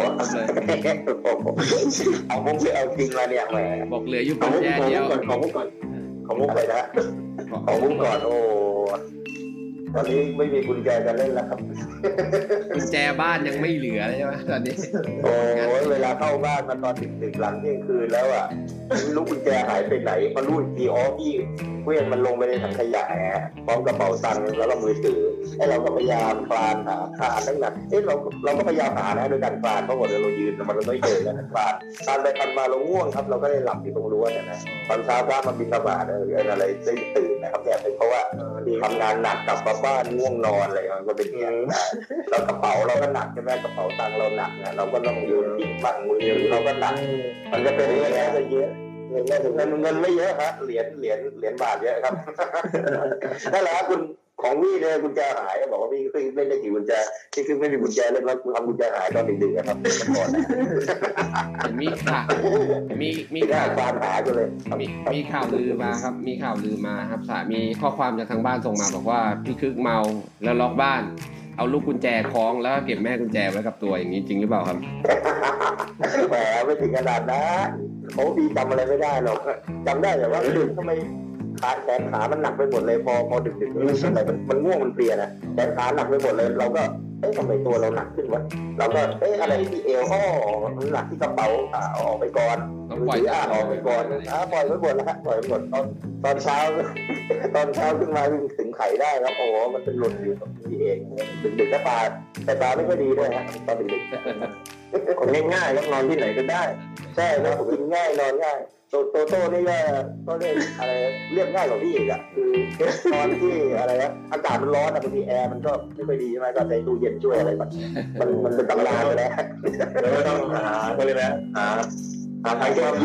Speaker 2: เอามุกไปเอาจริงแล้วเนี่ยแหม
Speaker 1: บอกเหลืออยู่กุญแจเดียว
Speaker 2: ของมุกก่อนนะของมุกก่อนโอ้ตอนนี้ไม่มีกุญแจจะเล่นแล้วครับ
Speaker 1: กุญแจบ้านยังไม่เหลือเลยใช่ไหมตอนนี้
Speaker 2: โอ้เวลาเข้าบ้านมาตอนดึกๆหลังเที่ยงคืนแล้วอ่ะไม่รู้กุญแจหายไปไหนมารู้อีกทีอ๋อพี่เพื่อนมันลงไปในถังขยะพร้อมกระเป๋าตังค์แล้วก็มือถือไอ้เราก็พยายามคลานหาตั้งนานเราก็พยายามหานะโดยการคลานเพราะว่าเรายืนมันไม่เจอแล้วคลานไปคลานมาเราง่วงครับเราก็ได้หลับอยู่ตรงรั้วเนี่ยนะตอนเช้าพระมาบิณฑบาตอะไรได้ตื่นนะครับเนี่ยเป็นเพราะว่าทำงานหนักกลับมาบ้านง่วงนอนอะไรมันก็เป็นอย่างนี้แล้วกระเป๋าเราก็หนักใช่ไหมกระเป๋าตังค์เราหนักนะเราก็ต้องยืนทิ้งบังมือเราก็หนักมันจะเป็นอย่างนี้เยอะเงินไม่เยอะครับเหรียญบาทเยอะครับนั่นแหละคุณของพี่เนี่ยกุญแจหายบอกว่าพี่เล่นได้กี่กุญแจที่คือไม่มีกุญแจเล่นแล้วทำกุญแจหายตอนดึกๆครับก่อน
Speaker 1: มีข่าว
Speaker 2: ความหายก็เลย
Speaker 1: มีข่าวลือมาครับมีข่าวลือมาครับมีข้อความจากทางบ้านส่งมาบอกว่าพี่คึกเมาแล้วล็อกบ้านเอาลูกกุญแจคล้องแล้วเก็บแม่กุญแจไว้กับตัวอย่างนี้จริงหรือเปล่าครับ
Speaker 2: แหมไม่ถึงขนาดนั้นเขาพี่จำอะไรไม่ได้หรอกจำได้แต่ว่าทำไมแขนขามันหนักไปหมดเลยพอดึกๆอะไรมันง่วงมันเพลียนะแขนขาหนักไปหมดเลยเราก็ทำไมตัวเราหนักขึ้นวะเราก็อะไรที่เอวมันหนักที่กระเป๋าเอาออกไปก่อน
Speaker 1: ปล่อย
Speaker 2: ออกไปก่อนปล่อยไว้หมดแล้วฮะปล่อยไว้หมดตอนเช้าขึ้นมาถึงไข่ได้ครับโอ้มันเป็นหล่นอยู่ตรงนี้เองดึกๆก็แต่ตาไม่ค่อยดีด้วยฮะตอนดึกๆคนง่ายๆแล้วนอนที่ไหนก็ได้ใช่แล้วกินง่ายนอนง่ายโตนี่ก็เรียกอะไรเรียกง่ายกว่าพี่อีกอ่ะคือตอนที่อะไรนะอากาศมันร้อนบางทีแอร์มันก็ไม่ค่อยดีใช่ไหมก็ใส่ตู้เย็นช่วยอะไรมันเป็นตำนานไปแล้วเราก็ต้องหาก็เลยนะหาทางแก้ไข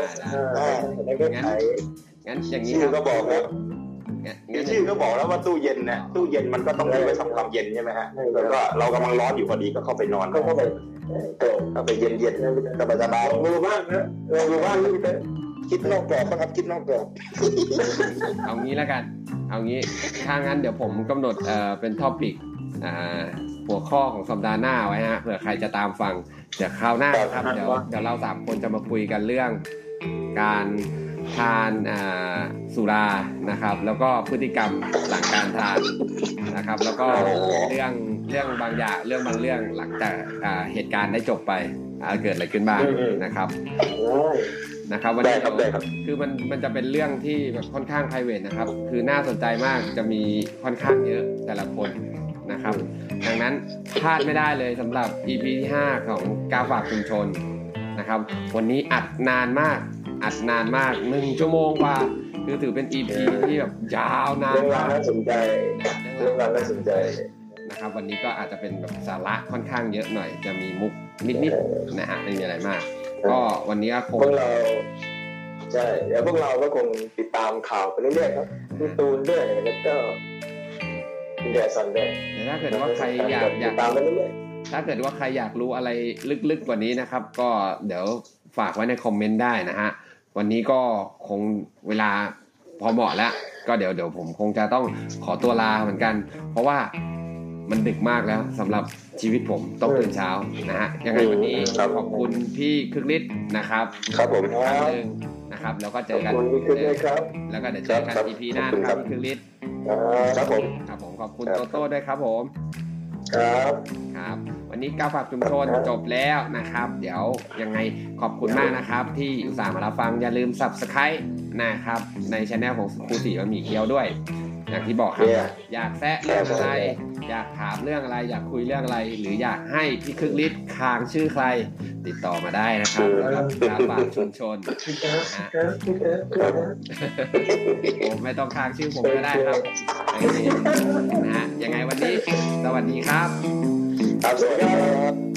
Speaker 1: งั้นอย่างนี้
Speaker 2: ชื่อก็บอกแล้วชื่อก็บอกแล้วว่าตู้เย็นเนี่ยตู้เย็นมันก็ต้องมีไว้ทำความเย็นใช่ไหมฮะแล้วก็เรากำลังร้อนอยู่พอดีก็เข้าไปนอนก็เข้าไปเย็นสบายๆมือบ้างนะมือบ้างนี่คิดนอกกรอบครับคิดนอกกรอบ
Speaker 1: เอางี้แล้วกันเอางี้ถ้างั้นเดี๋ยวผมกำหนดเป็นท็อปิกหัวข้อของสัปดาห์หน้าไว้ฮะเผื่อใครจะตามฟังเดี๋ยวคราวหน้าครับเดี๋ยวเรา3คนจะมาคุยกันเรื่องการทานสุรานะครับแล้วก็พฤติกรรมหลังการทานนะครับแล้วก็เรื่องบางอย่างเรื่องบางเรื่องหลังจากเหตุการณ์ได้จบไปเกิดอะไรขึ้นบ้างนะครับวันนี้คือมันจะเป็นเรื่องที่แบบค่อนข้าง private นะครับคือน่าสนใจมากจะมีค่อนข้างเยอะแต่ละคนนะครับดังนั้นพลาดไม่ได้เลยสำหรับ EP ที่5ของกาฝากชุมชนนะครับวันนี้อัดนานมาก1 ชั่วโมงกว่าคือถือเป็น EP ที่แบบยาวนานมาก
Speaker 2: น่าสนใจ
Speaker 1: นะครับวันนี้ก็อาจจะเป็นแบบสาระค่อนข้างเยอะหน่อยจะมีมุกนิดๆนะฮะไม่มีอะไรมากก็วันนี้คง
Speaker 2: พวกเราใช่เดี๋ยวพวกเราก็คงติดตามข่าวไปเรื่อยๆครับพี่ตูนด้วยแล้วก็เดี๋ยวซันด้วย
Speaker 1: ถ้าเกิดว่าใครอยาก
Speaker 2: ตามไปเรื่อย
Speaker 1: ๆถ้าเกิดว่าใครอยากรู้อะไรลึกๆกว่านี้นะครับก็เดี๋ยวฝากไว้ในคอมเมนต์ได้นะฮะวันนี้ก็คงเวลาพอเหมาะแล้วก็เดี๋ยวผมคงจะต้องขอตัวลาเหมือนกันเพราะว่ามันดึกมากแล้วสำหรับชีวิตผมต้องตื่นเช้านะฮะยังไงวันนี้ขอบคุณพี่คึกฤทธิ์นะครับ
Speaker 2: ครับผม
Speaker 1: ครั้งนึงนะครับแล้วก็เจอกันแล้วก็เดี๋ยวเจอกัน EP หน้านะครับพี่คึกฤทธิ์
Speaker 2: ครับผม
Speaker 1: ขอบคุณโตโต้ด้วยครับผมครับวันนี้ก้าวฝากชุมชนจบแล้วนะครับเดี๋ยวยังไงขอบคุณมากนะครับที่อุตส่าห์มารับฟังอย่าลืม Subscribe นะครับใน Channel ของครูสีบะหมี่เกี๊ยวด้วยอย่างที่บอกครับอยากแซะเรื่องอะไรอยากถามเรื่องอะไรอยากคุยเรื่องอะไรหรืออยากให้พี่คึกฤทธิ์ค้างชื่อใครติดต่อมาได้นะครับก้าวฝากชุมชนผมไม่ต้องค้างชื่อผมก็ได้ครับนะฮะยังไงวันนี้สวัสดีครับ
Speaker 2: สวัสดีครับ